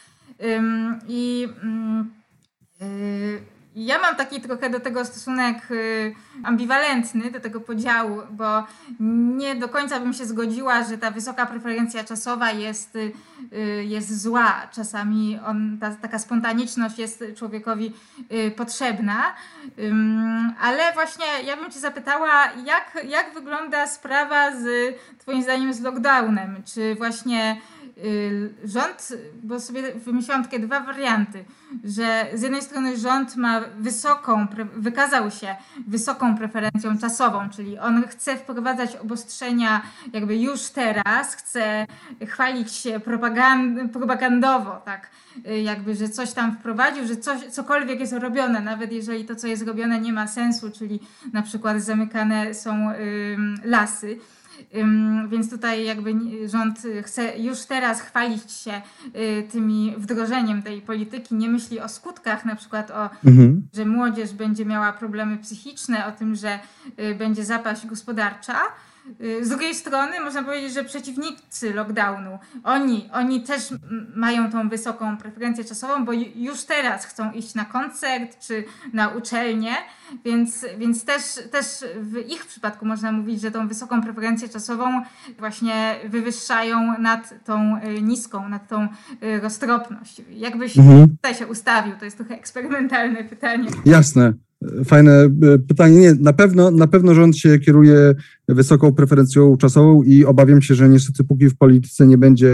Ja mam taki trochę do tego stosunek ambiwalentny, do tego podziału, bo nie do końca bym się zgodziła, że ta wysoka preferencja czasowa jest zła. Czasami taka spontaniczność jest człowiekowi potrzebna. Ale właśnie ja bym cię zapytała, jak wygląda sprawa twoim zdaniem z lockdownem? Czy właśnie rząd, bo sobie wymyślałam takie dwa warianty, że z jednej strony rząd ma wykazał się wysoką preferencją czasową, czyli on chce wprowadzać obostrzenia jakby już teraz, chce chwalić się propagandowo, tak, jakby, że coś tam wprowadził, że cokolwiek jest robione, nawet jeżeli to, co jest robione, nie ma sensu, czyli na przykład zamykane są lasy. Więc tutaj jakby rząd chce już teraz chwalić się tymi wdrożeniem tej polityki, nie myśli o skutkach, na przykład że młodzież będzie miała problemy psychiczne, o tym, że będzie zapaść gospodarcza. Z drugiej strony można powiedzieć, że przeciwnicy lockdownu, oni też mają tą wysoką preferencję czasową, bo już teraz chcą iść na koncert czy na uczelnię, więc też w ich przypadku można mówić, że tą wysoką preferencję czasową właśnie wywyższają nad tą niską, nad tą roztropność. Jakbyś tutaj się ustawił? To jest trochę eksperymentalne pytanie. Jasne. Fajne pytanie. Nie, na pewno rząd się kieruje wysoką preferencją czasową i obawiam się, że niestety póki w polityce nie będzie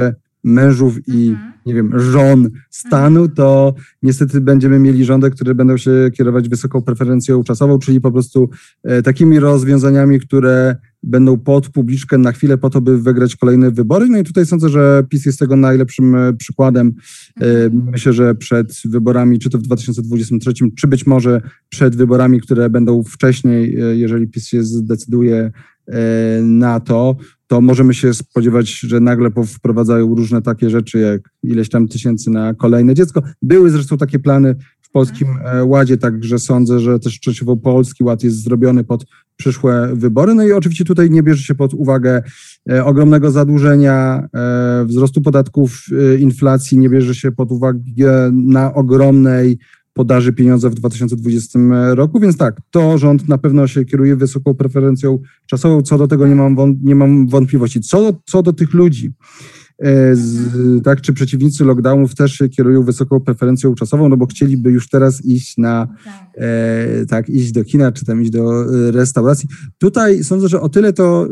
mężów i, nie wiem, żon stanu, to niestety będziemy mieli rządy, które będą się kierować wysoką preferencją czasową, czyli po prostu takimi rozwiązaniami, które będą pod publiczkę na chwilę po to, by wygrać kolejne wybory. No i tutaj sądzę, że PiS jest tego najlepszym przykładem. Myślę, że przed wyborami, czy to w 2023, czy być może przed wyborami, które będą wcześniej, jeżeli PiS się zdecyduje na to możemy się spodziewać, że nagle wprowadzają różne takie rzeczy, jak ileś tam tysięcy na kolejne dziecko. Były zresztą takie plany w Polskim Ładzie, także sądzę, że też częściowo Polski Ład jest zrobiony pod przyszłe wybory. No i oczywiście tutaj nie bierze się pod uwagę ogromnego zadłużenia, wzrostu podatków, inflacji, nie bierze się pod uwagę na ogromnej podaży pieniądza w 2020 roku, więc tak, to rząd na pewno się kieruje wysoką preferencją czasową, co do tego nie mam wątpliwości. Co do tych ludzi, tak, czy przeciwnicy lockdownów też się kierują wysoką preferencją czasową, no bo chcieliby już teraz iść iść do kina, czy tam iść do restauracji. Tutaj sądzę, że o tyle to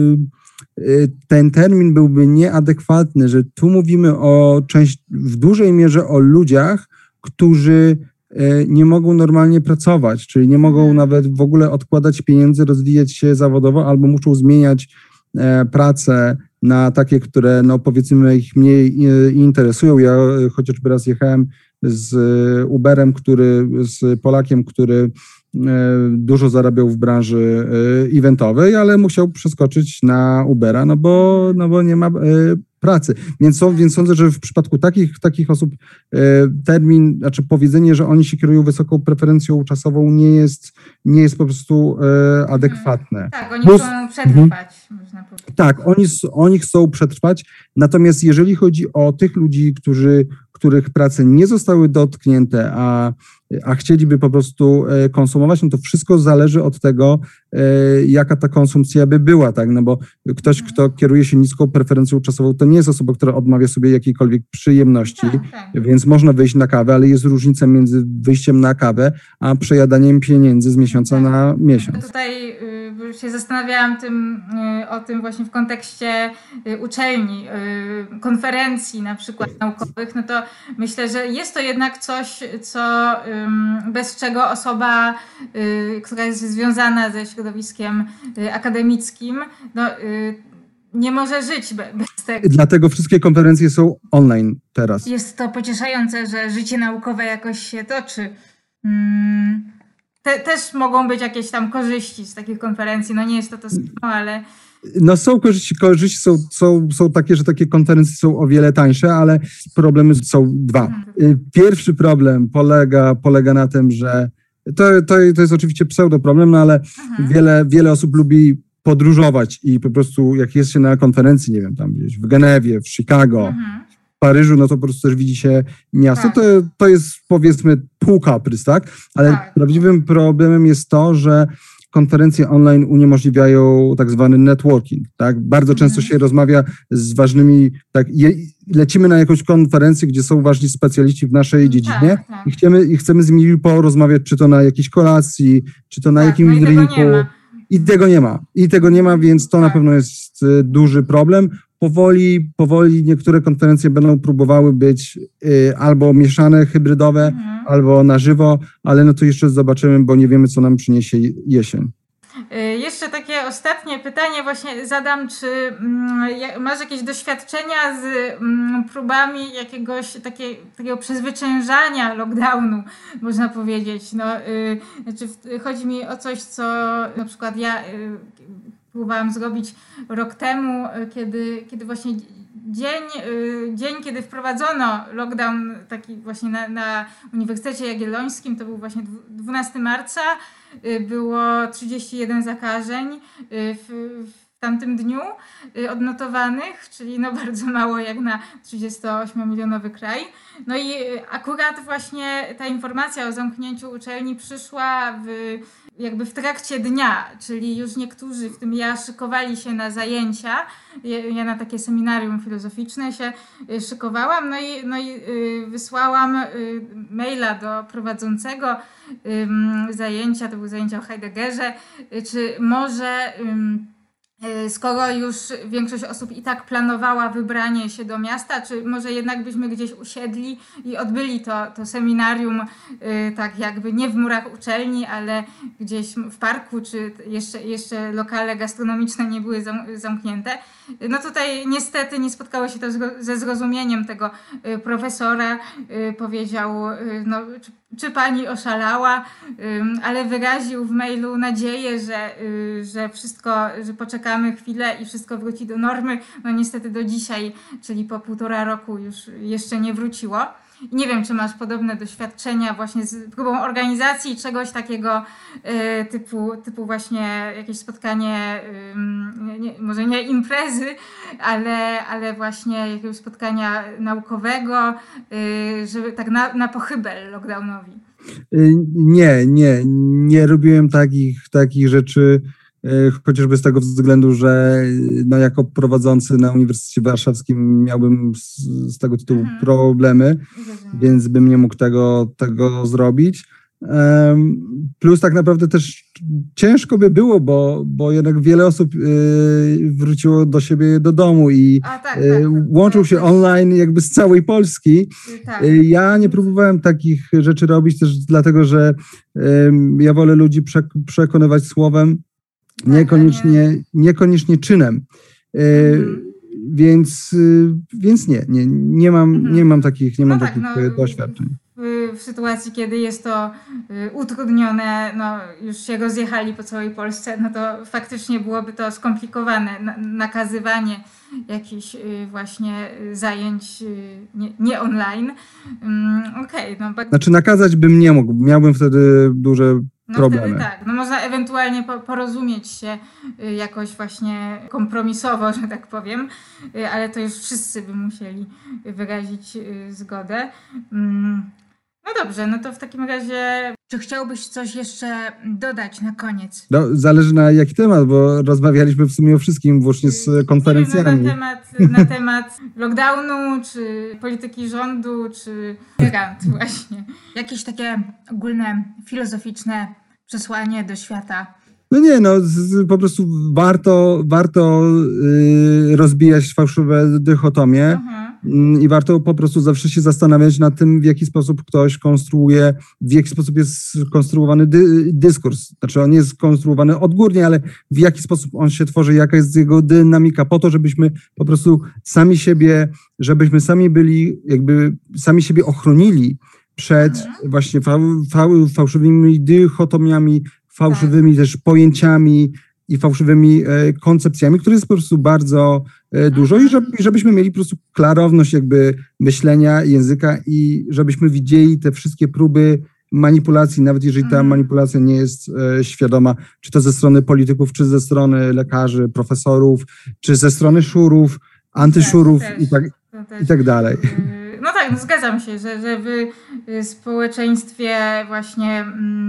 ten termin byłby nieadekwatny, że tu mówimy w dużej mierze o ludziach, którzy nie mogą normalnie pracować, czyli nie mogą nawet w ogóle odkładać pieniędzy, rozwijać się zawodowo, albo muszą zmieniać pracę na takie, które powiedzmy ich mniej interesują. Ja chociażby raz jechałem z Uberem, z Polakiem, który dużo zarabiał w branży eventowej, ale musiał przeskoczyć na Ubera, no bo nie ma pracy. Więc sądzę, że w przypadku takich osób termin, znaczy powiedzenie, że oni się kierują wysoką preferencją czasową nie jest po prostu adekwatne. Tak, oni chcą przetrwać, można powiedzieć. Tak, oni chcą przetrwać, natomiast jeżeli chodzi o tych ludzi, których prace nie zostały dotknięte, a chcieliby po prostu konsumować, no to wszystko zależy od tego, jaka ta konsumpcja by była, tak, no bo ktoś, kto kieruje się niską preferencją czasową, to nie jest osoba, która odmawia sobie jakiejkolwiek przyjemności, więc można wyjść na kawę, ale jest różnica między wyjściem na kawę, a przejadaniem pieniędzy z miesiąca na miesiąc. Tutaj się zastanawiałam o tym właśnie w kontekście uczelni, konferencji na przykład naukowych, no to myślę, że jest to jednak coś, bez czego osoba, która jest związana ze środowiskiem akademickim, nie może żyć bez tego. Dlatego wszystkie konferencje są online teraz. Jest to pocieszające, że życie naukowe jakoś się toczy. Też mogą być jakieś tam korzyści z takich konferencji. No nie jest to samo, ale... No są korzyści są takie, że takie konferencje są o wiele tańsze, ale problemy są dwa. Pierwszy problem polega na tym, że to jest oczywiście pseudoproblem, no ale wiele osób lubi podróżować i po prostu jak jest się na konferencji, nie wiem, tam gdzieś w Genewie, w Chicago, w Paryżu, no to po prostu też widzi się miasto. Tak. To jest powiedzmy pół kaprys, tak? Ale prawdziwym problemem jest to, że konferencje online uniemożliwiają tak zwany networking, tak? Bardzo często się rozmawia z ważnymi, tak, lecimy na jakąś konferencję, gdzie są ważni specjaliści w naszej dziedzinie i chcemy z nimi porozmawiać, czy to na jakiejś kolacji, czy to na jakimś drinku. I tego nie ma, więc to na pewno jest duży problem. Powoli niektóre konferencje będą próbowały być albo mieszane, hybrydowe, albo na żywo, ale no to jeszcze zobaczymy, bo nie wiemy, co nam przyniesie jesień. Jeszcze takie ostatnie pytanie właśnie zadam, czy masz jakieś doświadczenia z próbami jakiegoś takiego przezwyciężania lockdownu, można powiedzieć. Znaczy chodzi mi o coś, co na przykład ja próbowałam zrobić rok temu, kiedy właśnie dzień, kiedy wprowadzono lockdown taki właśnie na Uniwersytecie Jagiellońskim, to był właśnie 12 marca, było 31 zakażeń w tamtym dniu odnotowanych, czyli bardzo mało jak na 38-milionowy kraj. No i akurat właśnie ta informacja o zamknięciu uczelni przyszła jakby w trakcie dnia, czyli już niektórzy, w tym ja, szykowali się na zajęcia. Ja na takie seminarium filozoficzne się szykowałam, no i wysłałam maila do prowadzącego zajęcia, to były zajęcia o Heideggerze, czy może skoro już większość osób i tak planowała wybranie się do miasta, czy może jednak byśmy gdzieś usiedli i odbyli to seminarium tak jakby nie w murach uczelni, ale gdzieś w parku, czy jeszcze lokale gastronomiczne nie były zamknięte. No tutaj niestety nie spotkało się to ze zrozumieniem tego profesora. Powiedział, no, czy pani oszalała, ale wyraził w mailu nadzieję, że wszystko, że poczekamy chwilę i wszystko wróci do normy. No niestety do dzisiaj, czyli po 1,5 roku już jeszcze nie wróciło. I nie wiem, czy masz podobne doświadczenia właśnie z próbą organizacji czegoś takiego typu właśnie jakieś spotkanie, może nie imprezy, ale właśnie jakiegoś spotkania naukowego, żeby tak na pochybel lockdownowi. Nie robiłem takich rzeczy, chociażby z tego względu, że no jako prowadzący na Uniwersytecie Warszawskim miałbym z tego tytułu problemy, więc bym nie mógł tego zrobić. Plus tak naprawdę też ciężko by było, bo jednak wiele osób wróciło do siebie do domu i łączył się online jakby z całej Polski. Tak. Ja nie próbowałem takich rzeczy robić też dlatego, że ja wolę ludzi przekonywać słowem, niekoniecznie czynem. Więc nie mam takich doświadczeń. W sytuacji, kiedy jest to utrudnione, no już się rozjechali po całej Polsce, no to faktycznie byłoby to skomplikowane, nakazywanie jakichś właśnie zajęć nie online. Znaczy nakazać bym nie mógł, miałbym wtedy duże problemy. Wtedy tak, no można ewentualnie porozumieć się jakoś właśnie kompromisowo, że tak powiem, ale to już wszyscy by musieli wyrazić zgodę. No dobrze, no to w takim razie, czy chciałbyś coś jeszcze dodać na koniec? No, zależy na jaki temat, bo rozmawialiśmy w sumie o wszystkim, włącznie z konferencjami. Na temat lockdownu, czy polityki rządu, czy migrant właśnie. Jakieś takie ogólne, filozoficzne przesłanie do świata? Po prostu warto rozbijać fałszywe dychotomie. I warto po prostu zawsze się zastanawiać nad tym, w jaki sposób ktoś konstruuje, w jaki sposób jest skonstruowany dyskurs. Znaczy on jest skonstruowany odgórnie, ale w jaki sposób on się tworzy, jaka jest jego dynamika, po to, żebyśmy po prostu żebyśmy sami byli, jakby sami siebie ochronili przed właśnie fałszywymi dychotomiami, fałszywymi też pojęciami i fałszywymi koncepcjami, które jest po prostu bardzo dużo i żebyśmy mieli po prostu klarowność jakby myślenia, języka i żebyśmy widzieli te wszystkie próby manipulacji, nawet jeżeli ta manipulacja nie jest świadoma, czy to ze strony polityków, czy ze strony lekarzy, profesorów, czy ze strony szurów, antyszurów i tak dalej. No tak, zgadzam się, że w społeczeństwie właśnie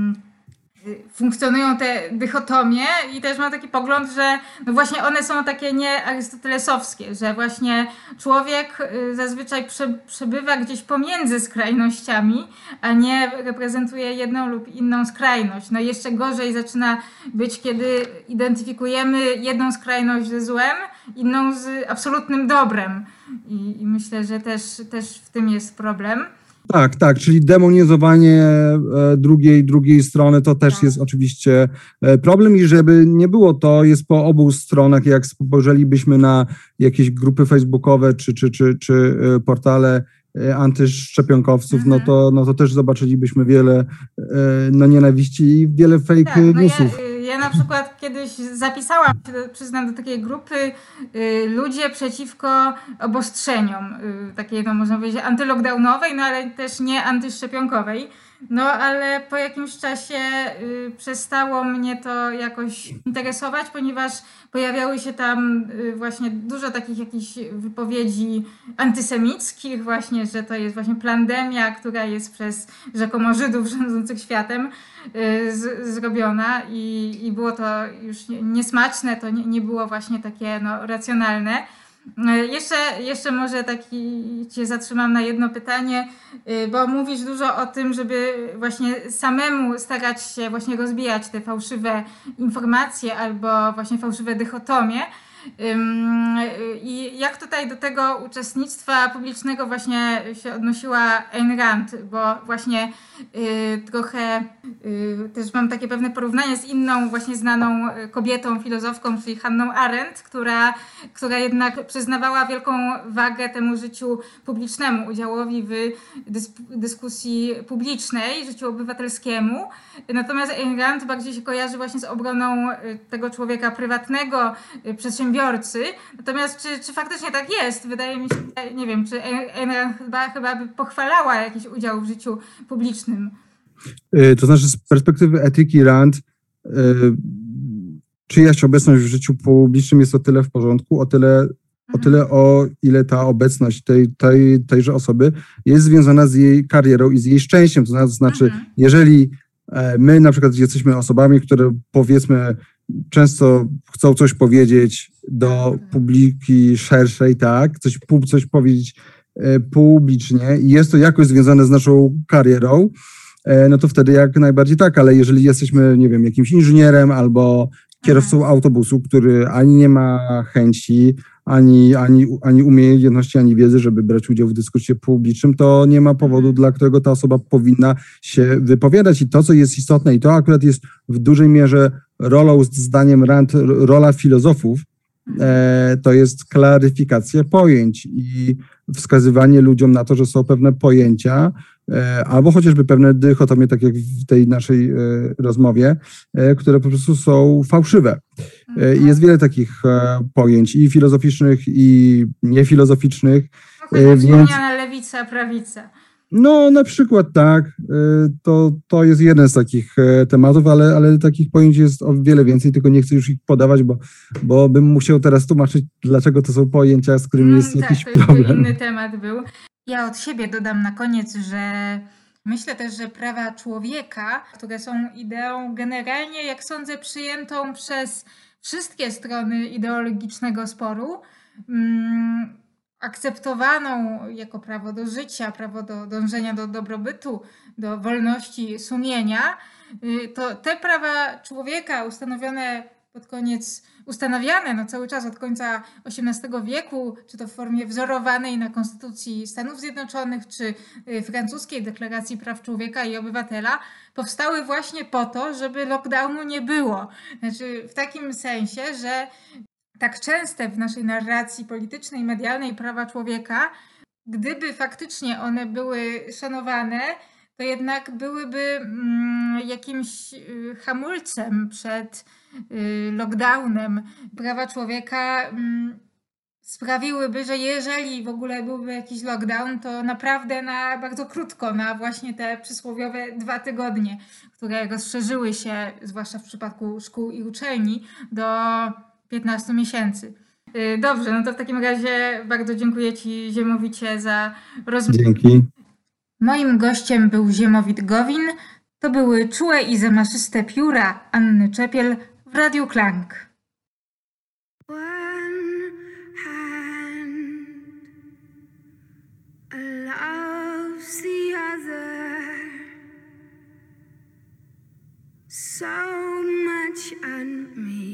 funkcjonują te dychotomie i też mam taki pogląd, że no właśnie one są takie niearystotelesowskie, że właśnie człowiek zazwyczaj przebywa gdzieś pomiędzy skrajnościami, a nie reprezentuje jedną lub inną skrajność. No i jeszcze gorzej zaczyna być, kiedy identyfikujemy jedną skrajność ze złem, inną z absolutnym dobrem. I myślę, że też w tym jest problem. Tak, czyli demonizowanie drugiej strony to też jest oczywiście problem i żeby nie było, to jest po obu stronach, jak spojrzelibyśmy na jakieś grupy facebookowe czy portale antyszczepionkowców, no to też zobaczylibyśmy wiele nienawiści i wiele fake newsów. Ja na przykład kiedyś zapisałam się, przyznam, do takiej grupy ludzie przeciwko obostrzeniom, takiej, no można powiedzieć, antylockdownowej, no ale też nie antyszczepionkowej. No ale po jakimś czasie przestało mnie to jakoś interesować, ponieważ pojawiały się tam właśnie dużo takich jakichś wypowiedzi antysemickich właśnie, że to jest właśnie pandemia, która jest przez rzekomo Żydów rządzących światem zrobiona i było to już niesmaczne, to nie było właśnie takie racjonalne. Jeszcze może cię zatrzymam na jedno pytanie, bo mówisz dużo o tym, żeby właśnie samemu starać się właśnie rozbijać te fałszywe informacje albo właśnie fałszywe dychotomie. I jak tutaj do tego uczestnictwa publicznego właśnie się odnosiła Ayn Rand, bo właśnie trochę też mam takie pewne porównanie z inną właśnie znaną kobietą, filozofką, czyli Hannah Arendt, która jednak przyznawała wielką wagę temu życiu publicznemu, udziałowi w dyskusji publicznej, życiu obywatelskiemu. Natomiast Ayn Rand bardziej się kojarzy właśnie z obroną tego człowieka prywatnego, przedsiębiorcy. Natomiast czy faktycznie tak jest? Wydaje mi się, nie wiem, czy Ayn Rand chyba by pochwalała jakiś udział w życiu publicznym. To znaczy z perspektywy etyki Rand czyjaś obecność w życiu publicznym jest o tyle w porządku, o ile ta obecność tejże osoby jest związana z jej karierą i z jej szczęściem. To znaczy, jeżeli my na przykład jesteśmy osobami, które powiedzmy często chcą coś powiedzieć do publiki szerszej, tak, coś powiedzieć publicznie i jest to jakoś związane z naszą karierą, no to wtedy jak najbardziej tak, ale jeżeli jesteśmy, nie wiem, jakimś inżynierem albo kierowcą autobusu, który ani nie ma chęci, ani umiejętności, ani wiedzy, żeby brać udział w dyskusji publicznym, to nie ma powodu, dla którego ta osoba powinna się wypowiadać. I to, co jest istotne, i to akurat jest w dużej mierze rolą, zdaniem Rand, rola filozofów, to jest klaryfikacja pojęć i wskazywanie ludziom na to, że są pewne pojęcia, albo chociażby pewne dychotomie, tak jak w tej naszej rozmowie, które po prostu są fałszywe. I jest wiele takich pojęć i filozoficznych, i niefilozoficznych. Wspomniana lewica, prawica. No, na przykład tak. To jest jeden z takich tematów, ale takich pojęć jest o wiele więcej, tylko nie chcę już ich podawać, bo bym musiał teraz tłumaczyć, dlaczego to są pojęcia, z którymi jest jakiś problem. To inny temat był. Ja od siebie dodam na koniec, że myślę też, że prawa człowieka, które są ideą generalnie, jak sądzę, przyjętą przez wszystkie strony ideologicznego sporu, akceptowaną jako prawo do życia, prawo do dążenia do dobrobytu, do wolności sumienia, to te prawa człowieka ustanawiane cały czas od końca XVIII wieku, czy to w formie wzorowanej na Konstytucji Stanów Zjednoczonych, czy francuskiej Deklaracji Praw Człowieka i Obywatela, powstały właśnie po to, żeby lockdownu nie było. Znaczy w takim sensie, że tak częste w naszej narracji politycznej, medialnej prawa człowieka, gdyby faktycznie one były szanowane, to jednak byłyby jakimś hamulcem przed lockdownem. Prawa człowieka sprawiłyby, że jeżeli w ogóle byłby jakiś lockdown, to naprawdę na bardzo krótko, na właśnie te przysłowiowe 2 tygodnie, które rozszerzyły się, zwłaszcza w przypadku szkół i uczelni, do 15 miesięcy. Dobrze, no to w takim razie bardzo dziękuję Ci, Ziemowicie, za rozmowę. Dzięki. Moim gościem był Ziemowit Gowin. To były czułe i zamaszyste pióra Anny Czepiel w Radiu Klang. One hand loves the other so much and me.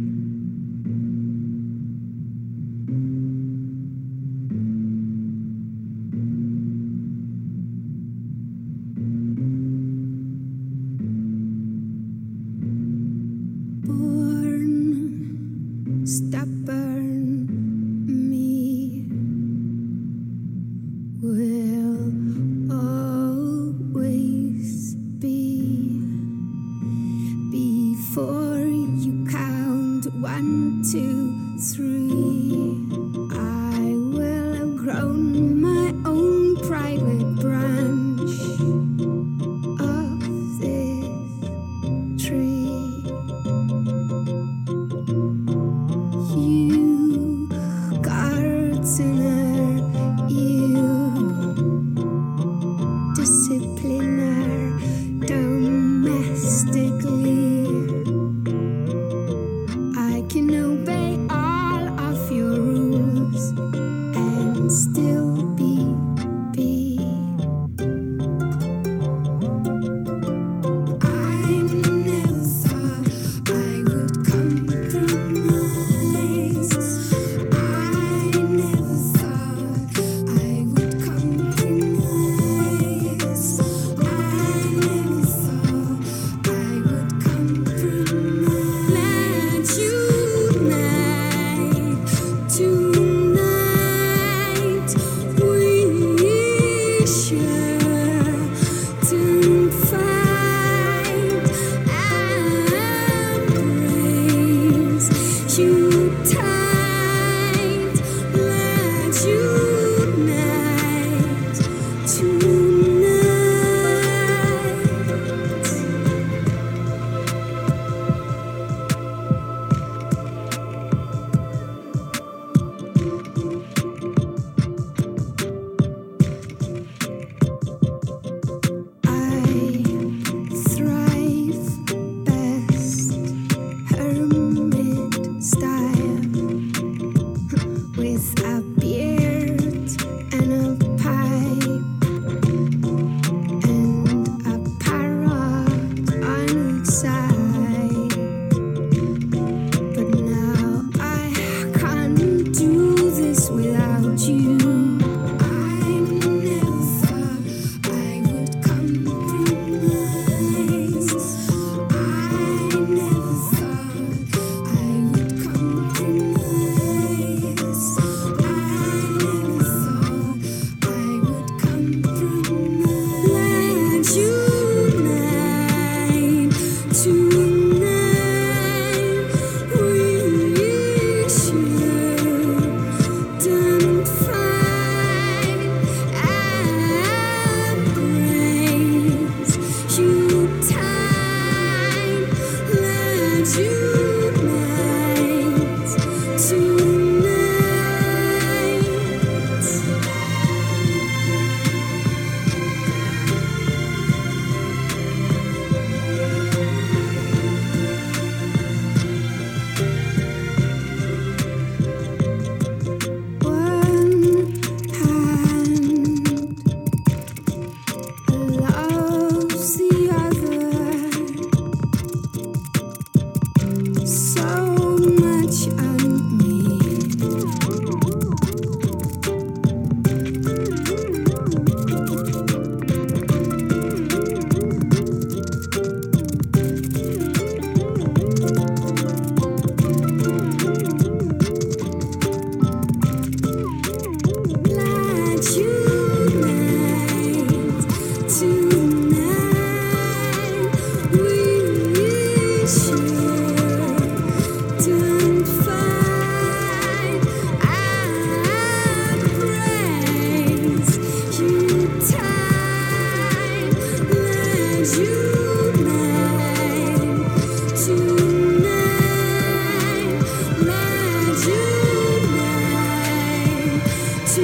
Stubborn me will always be before you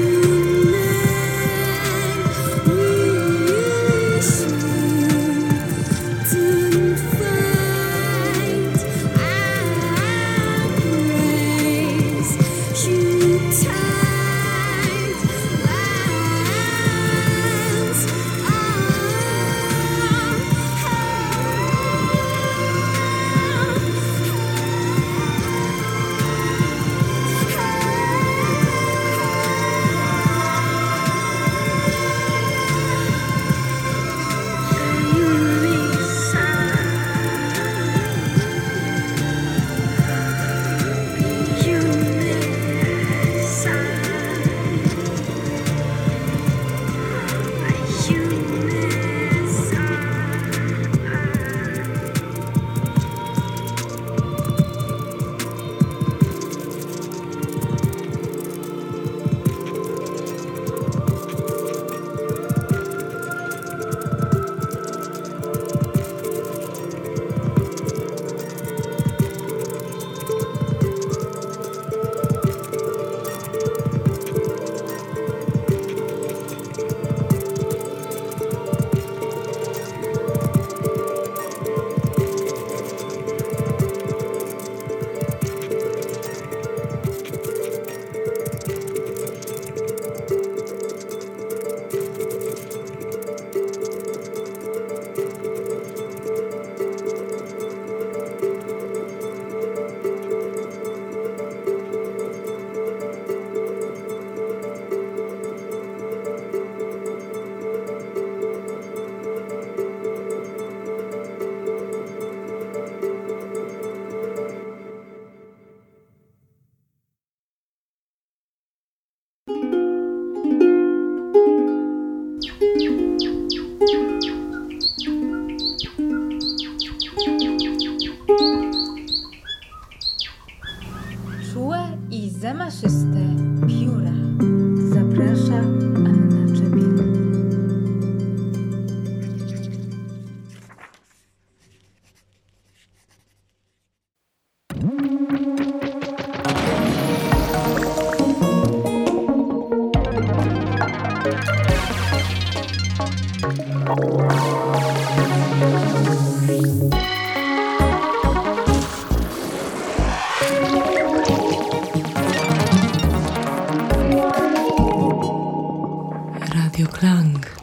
Czułe i zamaszyste pióra. Zaprasza Anna Czepień. Radio Klang.